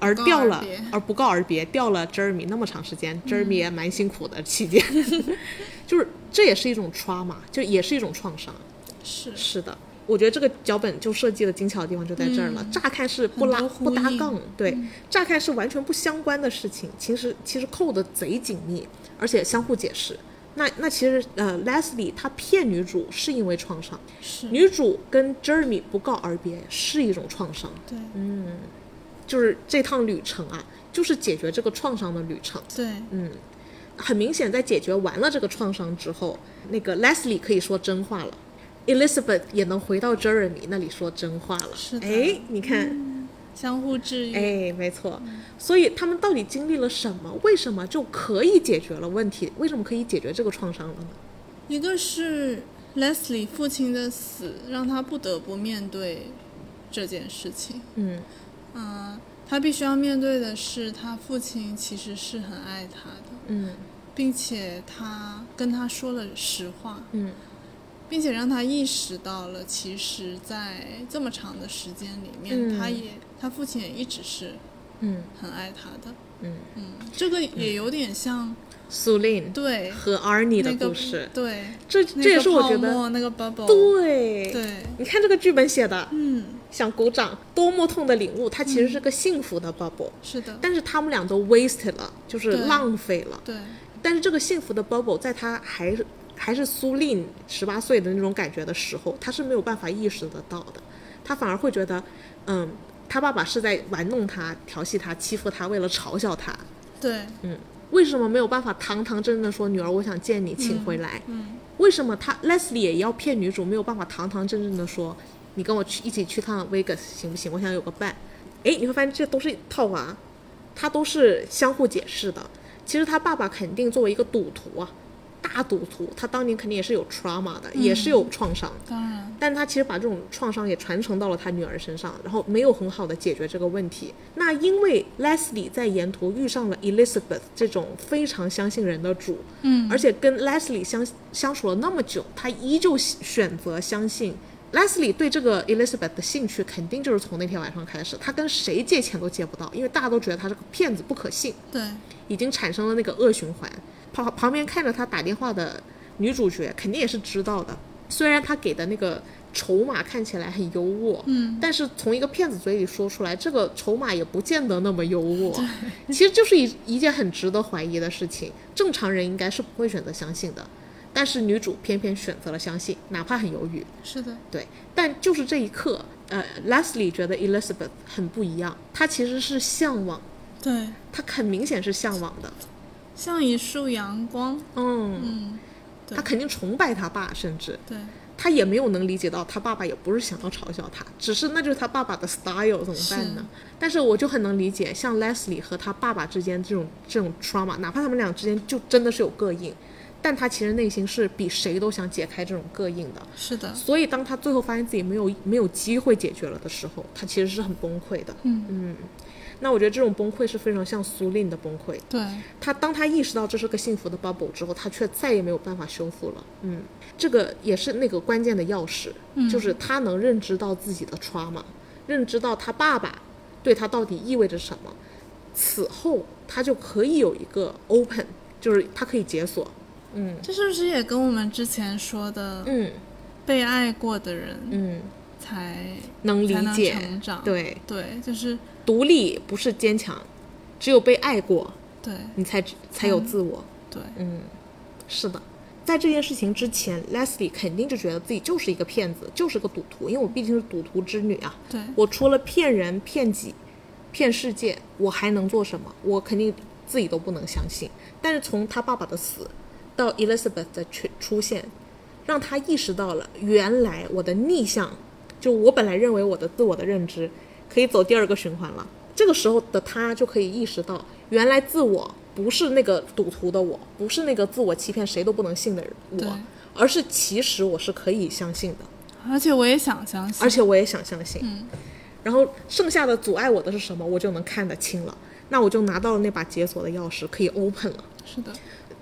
而掉了，而不告而别，掉了 Jeremy 那么长时间，Jeremy 也蛮辛苦的期间，就是这也是一种 trauma， 就也是一种创伤。是的，我觉得这个脚本就设计的精巧的地方就在这儿了。乍看是不搭杠，对，乍看是完全不相关的事情，其实扣得贼紧密，而且相互解释。那其实Leslie 她骗女主是因为创伤，女主跟 Jeremy 不告而别是一种创伤。 对， 就是这趟旅程啊，就是解决这个创伤的旅程。 对， 很明显在解决完了这个创伤之后，那个 Leslie 可以说真话了， Elizabeth 也能回到 Jeremy 那里说真话了。 是的， 哎，你看， 相互治愈。 哎，没错。所以他们到底经历了什么？为什么就可以解决了问题？为什么可以解决这个创伤了呢？ 一个是 Leslie 父亲的死让他不得不面对这件事情。他必须要面对的是他父亲其实是很爱他的，并且他跟他说了实话，并且让他意识到了其实在这么长的时间里面，他父亲也一直是很爱他的。这个也有点像苏琳对和 Arnie 的故事， 对， 这也是我觉得那个 bubble， 对，你看这个剧本写的，想鼓掌，多么痛的领悟，它其实是个幸福的 bubble， 是的， 但是他们俩都 wasted 了，就是浪费了， 对， 但是这个幸福的 bubble 在他还是苏琳18岁的那种感觉的时候，他是没有办法意识得到的，他反而会觉得，他爸爸是在玩弄他、调戏他、欺负他，为了嘲笑他， 对， 为什么没有办法堂堂正正说女儿我想见你请回来，为什么他 Leslie 也要骗女主，没有办法堂堂正正的说你跟我一起去趟 Vegas 行不行，我想有个伴。哎，你会发现这都是套娃，他都是相互解释的。其实他爸爸肯定作为一个赌徒啊，大赌徒，他当年肯定也是有 trauma 的，也是有创伤， 当然， 但他其实把这种创伤也传承到了他女儿身上，然后没有很好的解决这个问题。那因为 Leslie 在沿途遇上了 Elizabeth 这种非常相信人的主，而且跟 Leslie 相处了那么久，他依旧选择相信。Leslie 对这个 Elizabeth 的兴趣肯定就是从那天晚上开始，他跟谁借钱都借不到，因为大家都觉得他是个骗子不可信， 对， 已经产生了那个恶循环。旁边看着他打电话的女主角肯定也是知道的，虽然他给的那个筹码看起来很优渥，但是从一个骗子嘴里说出来，这个筹码也不见得那么优渥，其实就是一件很值得怀疑的事情，正常人应该是不会选择相信的，但是女主偏偏选择了相信，哪怕很犹豫。 是的， 对，但就是这一刻Leslie 觉得 Elizabeth 很不一样，她其实是向往， 对， 她很明显是向往的， 像一束阳光， 他肯定崇拜他爸，甚至对， 他也没有能理解到他爸爸也不是想要嘲笑他，只是那就是他爸爸的 style， 怎么办呢？但是我就很能理解，像 Leslie 和他爸爸之间这种 trauma， 哪怕他们俩之间就真的是有膈应，但他其实内心是比谁都想解开这种膈应的。是的，所以当他最后发现自己没有机会解决了的时候，他其实是很崩溃的。那我觉得这种崩溃是非常像苏琳的崩溃。对，当他意识到这是个幸福的 bubble 之后，他却再也没有办法修复了。这个也是那个关键的钥匙，就是他能认知到自己的 trauma， 认知到他爸爸对他到底意味着什么，此后他就可以有一个 open， 就是他可以解锁。 这是不是也跟我们之前说的被爱过的人才能理解成长？对，就是独立不是坚强，只有被爱过， 对， 你才有自我。 对， 是的。在这件事情之前 Leslie 肯定就觉得自己就是一个骗子，就是个赌徒，因为我毕竟是赌徒之女啊。对，我除了骗人、骗己、骗世界，我还能做什么？我肯定自己都不能相信。但是从他爸爸的死到 Elizabeth 的出现，让他意识到了原来我的逆向，就我本来认为我的自我的认知可以走第二个循环了。这个时候的他就可以意识到，原来自我不是那个赌徒的我，不是那个自我欺骗谁都不能信的我，而是其实我是可以相信的， 而且我也想相信， 然后剩下的阻碍我的是什么，我就能看得清了，那我就拿到了那把解锁的钥匙，可以 open 了。 是的，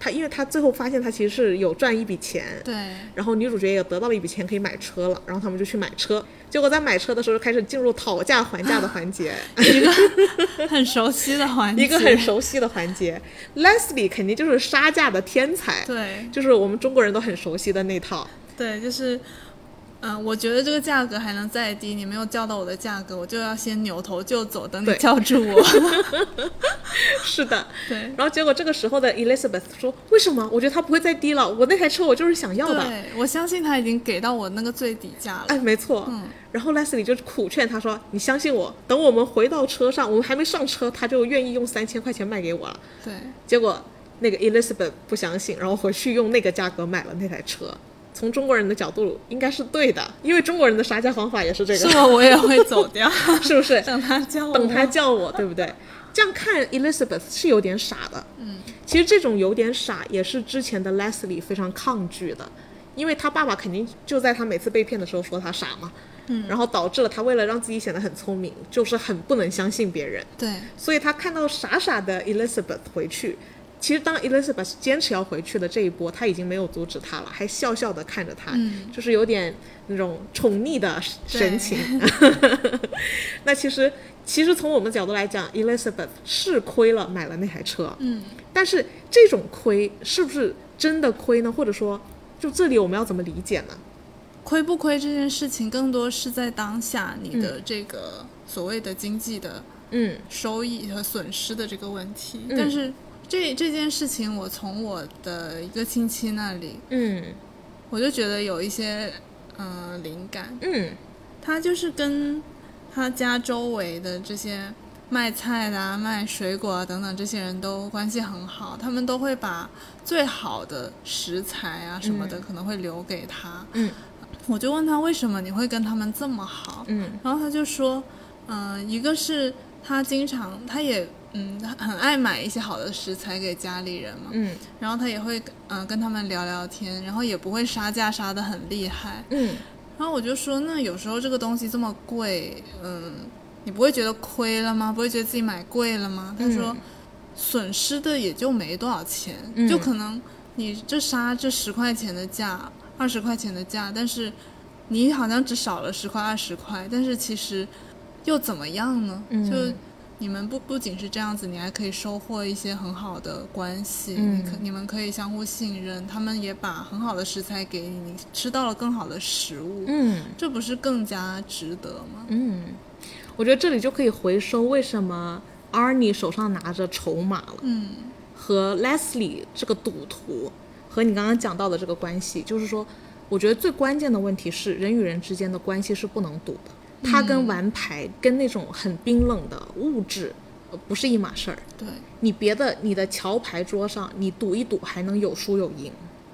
因为他最后发现他其实是有赚一笔钱， 对， 然后女主角也得到了一笔钱可以买车了，然后他们就去买车，结果在买车的时候开始进入讨价还价的环节， 一个很熟悉的环节， 一个很熟悉的环节。Leslie 肯定就是杀价的天才， 对， 就是我们中国人都很熟悉的那套。 对，就是我觉得这个价格还能再低，你没有叫到我的价格，我就要先扭头就走，等你叫住我。 是的， 对。 然后结果这个时候的 Elizabeth 说：“为什么？我觉得他不会再低了，我那台车我就是想要的。” 对，我相信他已经给到我那个最底价了。 哎，没错。然后 Leslie 就苦劝他说：“你相信我，等我们回到车上，我们还没上车，他就愿意用3000块钱卖给我了。” 对。 结果那个 Elizabeth 不相信，然后回去用那个价格买了那台车。从中国人的角度应该是对的，因为中国人的杀价方法也是这个。 是我也会走掉， 是不是？ 等他叫我，对不对？这样看 Elizabeth 是有点傻的。其实这种有点傻也是之前的 Leslie 非常抗拒的，因为他爸爸肯定就在他每次被骗的时候说他傻嘛。然后导致了他为了让自己显得很聪明，就是很不能相信别人。 对。 所以他看到傻傻的 Elizabeth 回去。其实当 Elizabeth 坚持要回去的这一波，他已经没有阻止他了，还笑笑的看着他，就是有点那种宠溺的神情。那其实从我们的角度来讲 ，Elizabeth 是亏了买了那台车，但是这种亏是不是真的亏呢？或者说，就这里我们要怎么理解呢？ 亏不亏这件事情，更多是在当下你的这个所谓的经济的收益和损失的这个问题，但是。这件事情，我从我的一个亲戚那里，我就觉得有一些灵感，他就是跟他家周围的这些卖菜的啊、卖水果啊等等这些人都关系很好，他们都会把最好的食材啊什么的可能会留给他，我就问他为什么你会跟他们这么好，然后他就说，一个是他经常他也。他很爱买一些好的食材给家里人嘛，然后他也会跟他们聊聊天，然后也不会杀价杀得很厉害，然后我就说那有时候这个东西这么贵，你不会觉得亏了吗？不会觉得自己买贵了吗？他说损失的也就没多少钱，就可能你杀这10块钱的价20块钱的价，但是你好像只少了10块20块，但是其实又怎么样呢？就你们不仅是这样子，你还可以收获一些很好的关系，你们可以相互信任，他们也把很好的食材给你，你吃到了更好的食物，这不是更加值得吗？ 我觉得这里就可以回收为什么 Arnie 手上拿着筹码了，和 Leslie 这个赌徒和你刚刚讲到的这个关系，就是说我觉得最关键的问题是人与人之间的关系是不能赌的，它跟玩牌跟那种很冰冷的物质不是一码事儿。 对， 你的桥牌桌上你赌一赌还能有输有赢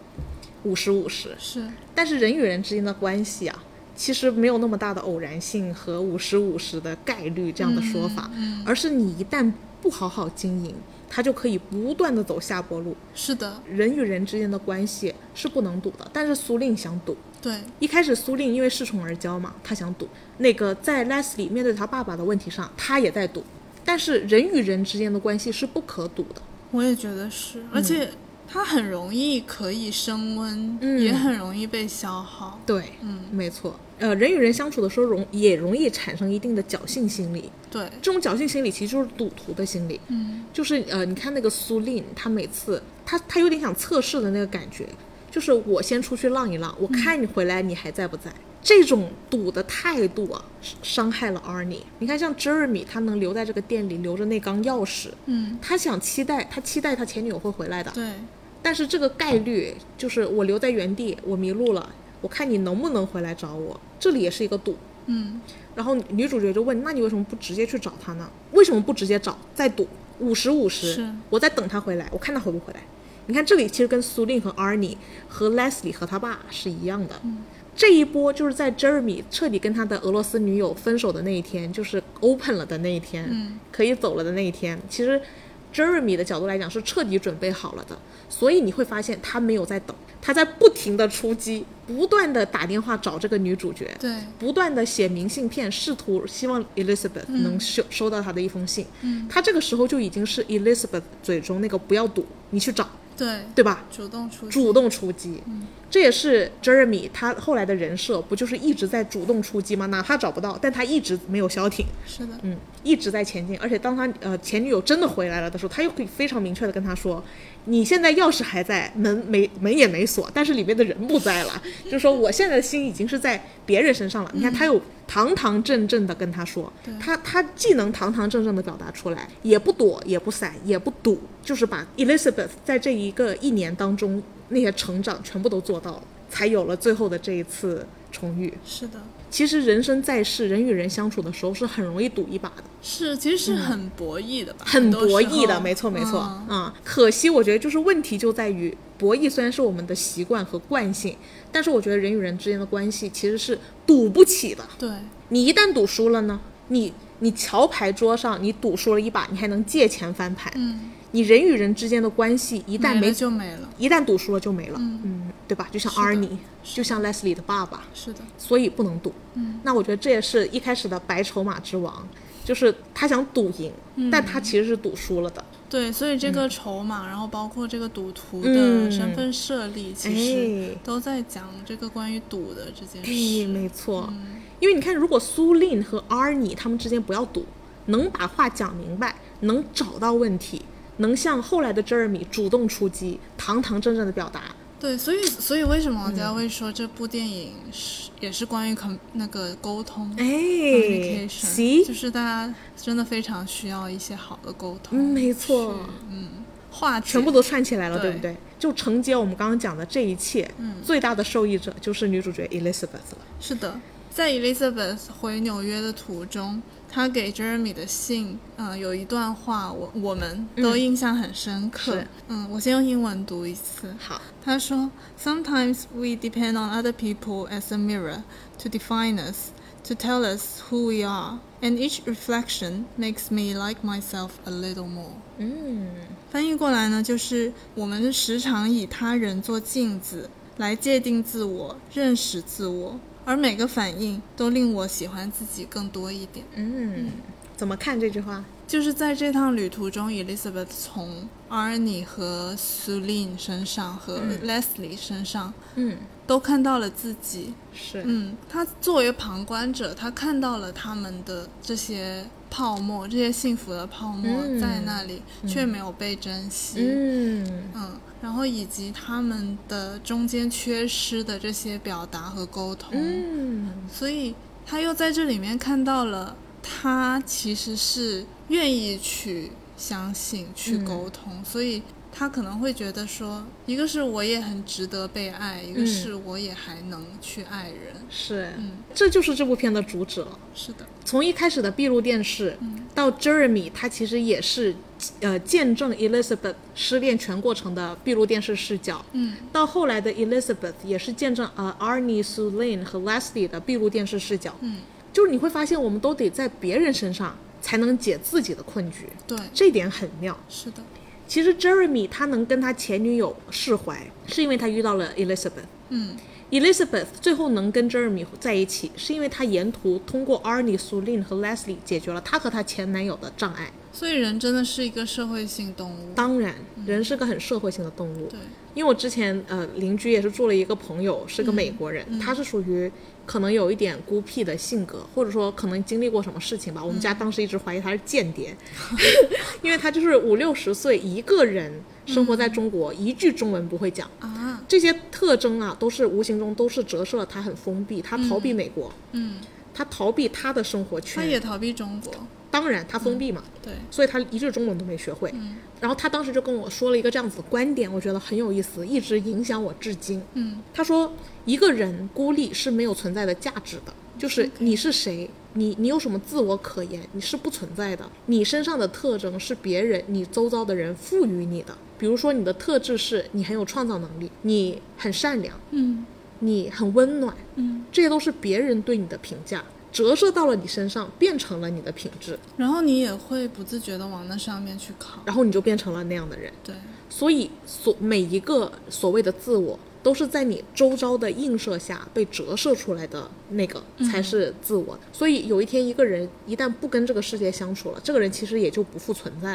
，50-50 是， 但是人与人之间的关系啊，其实没有那么大的偶然性和50-50的概率这样的说法，而是你一旦不好好经营，它就可以不断的走下坡路。 是的， 人与人之间的关系是不能赌的，但是苏令想赌。 对， 一开始苏令因为恃宠而骄嘛，他想赌。那个在 Leslie 面对他爸爸的问题上，他也在赌。但是人与人之间的关系是不可赌的。 我也觉得是，而且它很容易可以升温，也很容易被消耗。 对，没错。人与人相处的时候也容易产生一定的侥幸心理。 对， 这种侥幸心理其实就是赌徒的心理。就是你看那个苏令，他每次他有点想测试的那个感觉，就是我先出去浪一浪，我看你回来你还在不在。这种赌的态度啊，伤害了 Arnie。你看像 Jeremy 他能留在这个店里，留着那缸钥匙，他期待他前女友会回来的。 对， 但是这个概率就是我留在原地，我迷路了，我看你能不能回来找我，这里也是一个赌。然后女主角就问，那你为什么不直接去找他呢？为什么不直接找再赌50-50？我在等他回来，我看他回不回来。你看这里其实跟苏令和 Arnie 和 Leslie 和他爸是一样的。这一波就是在 Jeremy 彻底跟他的俄罗斯女友分手的那一天，就是 open 了的那一天，可以走了的那一天，其实 Jeremy 的角度来讲是彻底准备好了的。所以你会发现他没有在等，他在不停的出击，不断的打电话找这个女主角， 对， 不断的写明信片，试图希望 Elizabeth 能收到他的一封信。他这个时候就已经是 Elizabeth 嘴中那个不要赌，你去找。 对吧？ 主动出击， 这也是 Jeremy 他后来的人设，不就是一直在主动出击吗？哪怕找不到，但他一直没有消停。 是的， 一直在前进。而且当他前女友真的回来了的时候，他又可以非常明确的跟他说，你现在钥匙还在，门也没锁，但是里面的人不在了，就是说我现在的心已经是在别人身上了。你看他有堂堂正正的跟他说，他既能堂堂正正的表达出来，也不躲也不闪也不赌，就是把 Elizabeth 在这一年当中那些成长全部都做到了，才有了最后的这一次重遇。 是的， 其实人生在世，人与人相处的时候是很容易赌一把的， 其实是很博弈的吧， 很博弈的，没错可惜我觉得就是问题就在于博弈虽然是我们的习惯和惯性，但是我觉得人与人之间的关系其实是赌不起的。 对， 你一旦赌输了呢，你桥牌桌上你赌输了一把，你还能借钱翻牌。你人与人之间的关系一旦没了， 一旦赌输了就没了。对吧？就像 Arnie， 就像 Leslie 的爸爸。 是的， 所以不能赌。那我觉得这也是一开始的白筹码之王，就是他想赌赢，但他其实是赌输了的。 对，所以这个筹码，然后包括这个赌徒的身份设立，其实都在讲这个关于赌的这件事。 没错。因为你看，如果苏琳和 Arnie 他们之间不要赌，能把话讲明白，能找到问题，能像后来的 Jeremy 主动出击，堂堂正正的表达。 对，所以为什么王家卫说这部电影也是关于那个沟通，communication，就是大家真的非常需要一些好的沟通。 没错， 化解全部都串起来了，对不对？就承接我们刚刚讲的这一切，最大的受益者就是女主角 Elizabeth 了。 是的，在 Elizabeth 回纽约的途中，她给 Jeremy 的信，有一段话我们都印象很深刻。我先用英文读一次。 好， 她说 Sometimes we depend on other people as a mirror to define us, to tell us who we are, and each reflection makes me like myself a little more. 翻译过来呢，就是我们时常以他人做镜子来界定自我，认识自我，而每个反应都令我喜欢自己更多一点。 怎么看这句话？ 就是在这趟旅途中 Elizabeth 从 Arnie 和 Suline 身上和 Leslie 身上都看到了自己。 是， 他作为旁观者，他看到了他们的这些泡沫，这些幸福的泡沫在那里，却没有被珍惜。然后以及他们的中间缺失的这些表达和沟通。所以他又在这里面看到了他其实是愿意去相信去沟通，所以他可能会觉得说，一个是我也很值得被爱，一个是我也还能去爱人。 是，这就是这部片的主旨了。 是的， 从一开始的闭路电视，到 Jeremy 他其实也是见证 Elizabeth 失恋全过程的闭路电视视角，到后来的 Elizabeth 也是见证Arnie, Suline 和 Leslie 的闭路电视视角。就是你会发现我们都得在别人身上才能解自己的困局。 对， 这点很妙。 是的， 其实 Jeremy 他能跟他前女友释怀，是因为他遇到了 Elizabeth。Elizabeth 最后能跟 Jeremy 在一起，是因为他沿途通过 Arnie, Suline 和 Leslie 解决了他和他前男友的障碍。 所以人真的是一个社会性动物。 当然，人是个很社会性的动物。 对， 因为我之前邻居也是住了一个朋友，是个美国人，他是属于可能有一点孤僻的性格，或者说可能经历过什么事情吧。我们家当时一直怀疑他是间谍，因为他就是50-60岁一个人生活在中国，一句中文不会讲啊。这些特征啊，都是无形中都是折射了他很封闭，他逃避美国，他逃避他的生活圈， 他也逃避中国。 当然他封闭嘛， 对， 所以他一句中文都没学会。然后他当时就跟我说了一个这样子的观点，我觉得很有意思，一直影响我至今。他说一个人孤立是没有存在的价值的，就是你是谁，你有什么自我可言，你是不存在的。你身上的特征是别人，你周遭的人赋予你的。比如说你的特质是你很有创造能力，你很善良，你很温暖，这些都是别人对你的评价，折射到了你身上，变成了你的品质， 然后你也会不自觉的往那上面去靠， 然后你就变成了那样的人。 对， 所以每一个所谓的自我都是在你周遭的映射下被折射出来的，那个才是自我。所以有一天一个人一旦不跟这个世界相处了，这个人其实也就不复存在了。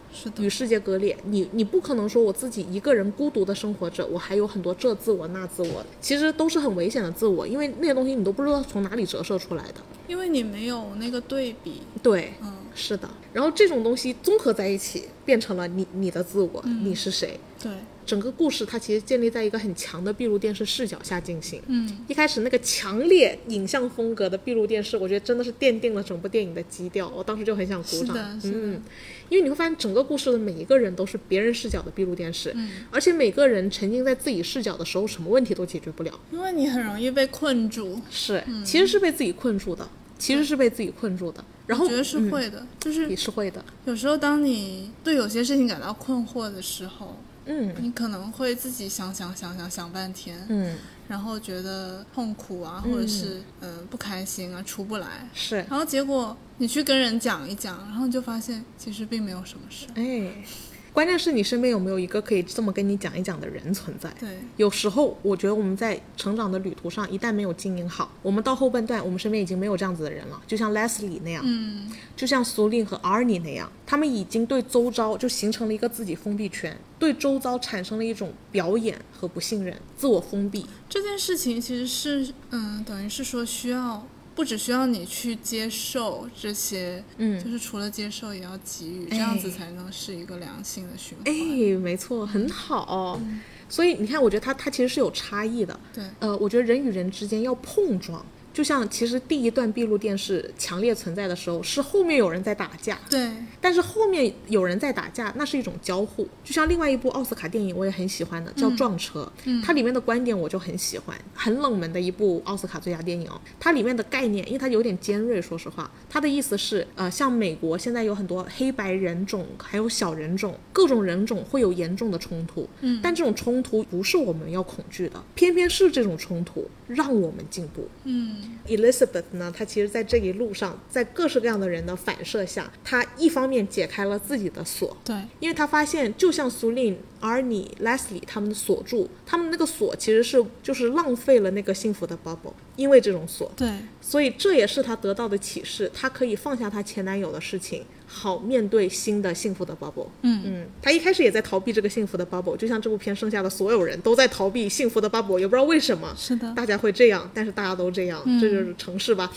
是的， 与世界割裂。你不可能说我自己一个人孤独的生活着，我还有很多这自我那自我，其实都是很危险的自我，因为那些东西你都不知道从哪里折射出来的， 因为你没有那个对比。 对，是的。然后这种东西综合在一起，变成了你的自我，你是谁。 对， 整个故事它其实建立在一个很强的闭路电视视角下进行。一开始那个强烈影像风格的闭路电视，我觉得真的是奠定了整部电影的基调，我当时就很想鼓掌。 是的， 因为你会发现整个故事的每一个人都是别人视角的闭路电视，而且每个人沉浸在自己视角的时候，什么问题都解决不了， 因为你很容易被困住。 是，其实是被自己困住的，然后我觉得是会的，就是也是会的。 有时候当你对有些事情感到困惑的时候，你可能会自己想半天，然后觉得痛苦啊，或者是不开心啊，出不来。 是， 然后结果你去跟人讲一讲，然后你就发现其实并没有什么事。 关键是你身边有没有一个可以这么跟你讲一讲的人存在。 对， 有时候我觉得我们在成长的旅途上一旦没有经营好，我们到后半段我们身边已经没有这样子的人了，就像 Leslie 那样，就像苏琳和 Arnie 那样，他们已经对周遭就形成了一个自己封闭圈，对周遭产生了一种表演和不信任，自我封闭。 这件事情其实是等于是说不只需要你去接受这些，就是除了接受也要给予，这样子才能是一个良性的循环。 没错，很好。所以你看，我觉得它其实是有差异的。 对， 我觉得人与人之间要碰撞。就像其实第一段闭路电视强烈存在的时候，是后面有人在打架， 对， 但是后面有人在打架，那是一种交互。就像另外一部奥斯卡电影我也很喜欢的，叫《撞车》，它里面的观点我就很喜欢，很冷门的一部奥斯卡最佳电影它里面的概念，因为它有点尖锐，说实话，它的意思是像美国现在有很多黑白人种还有小人种，各种人种会有严重的冲突，但这种冲突不是我们要恐惧的，偏偏是这种冲突让我们进步。Elizabeth 呢，她其实在这一路上，在各式各样的人的反射下，她一方面解开了自己的锁， 对， 因为她发现就像苏琳、Arnie、Leslie 他们的锁住，他们那个锁其实就是浪费了那个幸福的 bubble， 因为这种锁， 对， 所以这也是她得到的启示，她可以放下她前男友的事情，好面对新的幸福的 bubble。她一开始也在逃避这个幸福的 bubble， 就像这部片剩下的所有人都在逃避幸福的 bubble， 也不知道为什么， 是的， 大家会这样，但是大家都这样，这就是城市吧。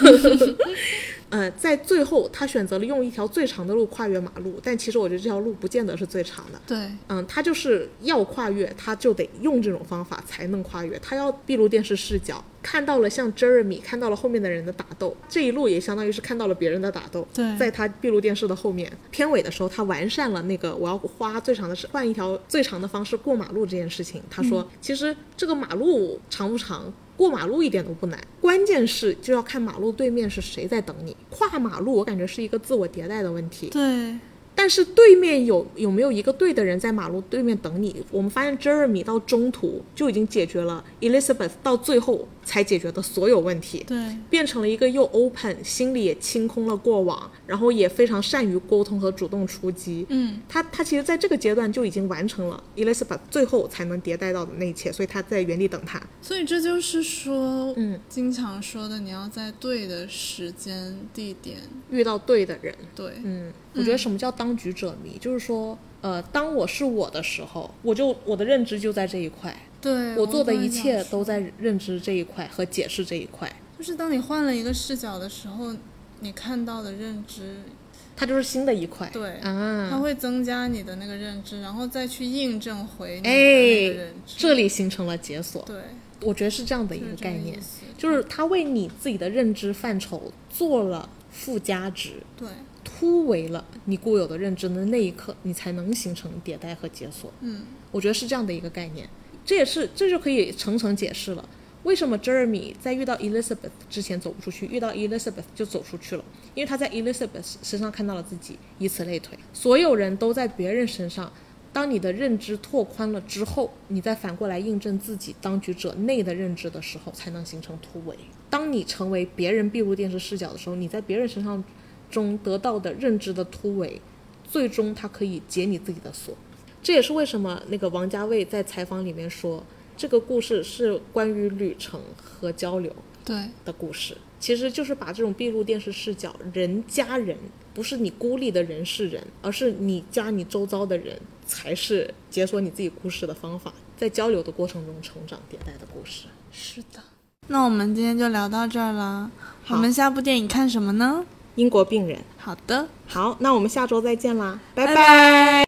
在最后他选择了用一条最长的路跨越马路，但其实我觉得这条路不见得是最长的。 对， 他就是要跨越，他就得用这种方法才能跨越，他要闭路电视视角，看到了像 Jeremy 看到了后面的人的打斗，这一路也相当于是看到了别人的打斗。 对， 在他闭路电视的后面，片尾的时候他完善了那个我要花最长的换一条最长的方式过马路这件事情。他说其实这个马路长不长，过马路一点都不难，关键是就要看马路对面是谁在等你。跨马路我感觉是一个自我迭代的问题。 对， 但是对面有没有一个对的人在马路对面等你？我们发现 Jeremy 到中途就已经解决了 Elizabeth 到最后才解决的所有问题， 对， 变成了一个又 open， 心里也清空了过往，然后也非常善于沟通和主动出击。他其实在这个阶段就已经完成了 Elizabeth 最后才能迭代到的那一切，所以他在原地等他。 所以这就是说，经常说的，你要在对的时间地点遇到对的人。 对， 我觉得什么叫当局者迷，就是说当我是我的时候，我的认知就在这一块， 对， 我做的一切都在认知这一块和解释这一块。 就是当你换了一个视角的时候，你看到的认知它就是新的一块。 对，它会增加你的那个认知，然后再去印证回你的那个认知， 这里形成了解锁。 对， 我觉得是这样的一个概念，就是它为你自己的认知范畴做了附加值， 对， 突围了你固有的认知的那一刻，你才能形成迭代和解锁。我觉得是这样的一个概念，这就可以层层解释了为什么 Jeremy 在遇到 Elizabeth 之前走不出去，遇到 Elizabeth 就走出去了，因为他在 Elizabeth 身上看到了自己，以此类推。所有人都在别人身上，当你的认知拓宽了之后，你再反过来印证自己当局者内的认知的时候，才能形成突围。当你成为别人闭路电视视角的时候，你在别人身上中得到的认知的突围，最终它可以解你自己的锁。这也是为什么那个王家卫在采访里面说，这个故事是关于旅程和交流， 的故事，其实就是把这种闭路电视视角，人加人，不是你孤立的人是人，而是你加你周遭的人才是解锁你自己故事的方法，在交流的过程中成长迭代的故事。 是的，那我们今天就聊到这儿了。我们下部电影看什么呢？ 英国病人。 好的， 好，那我们下周再见啦，拜拜拜。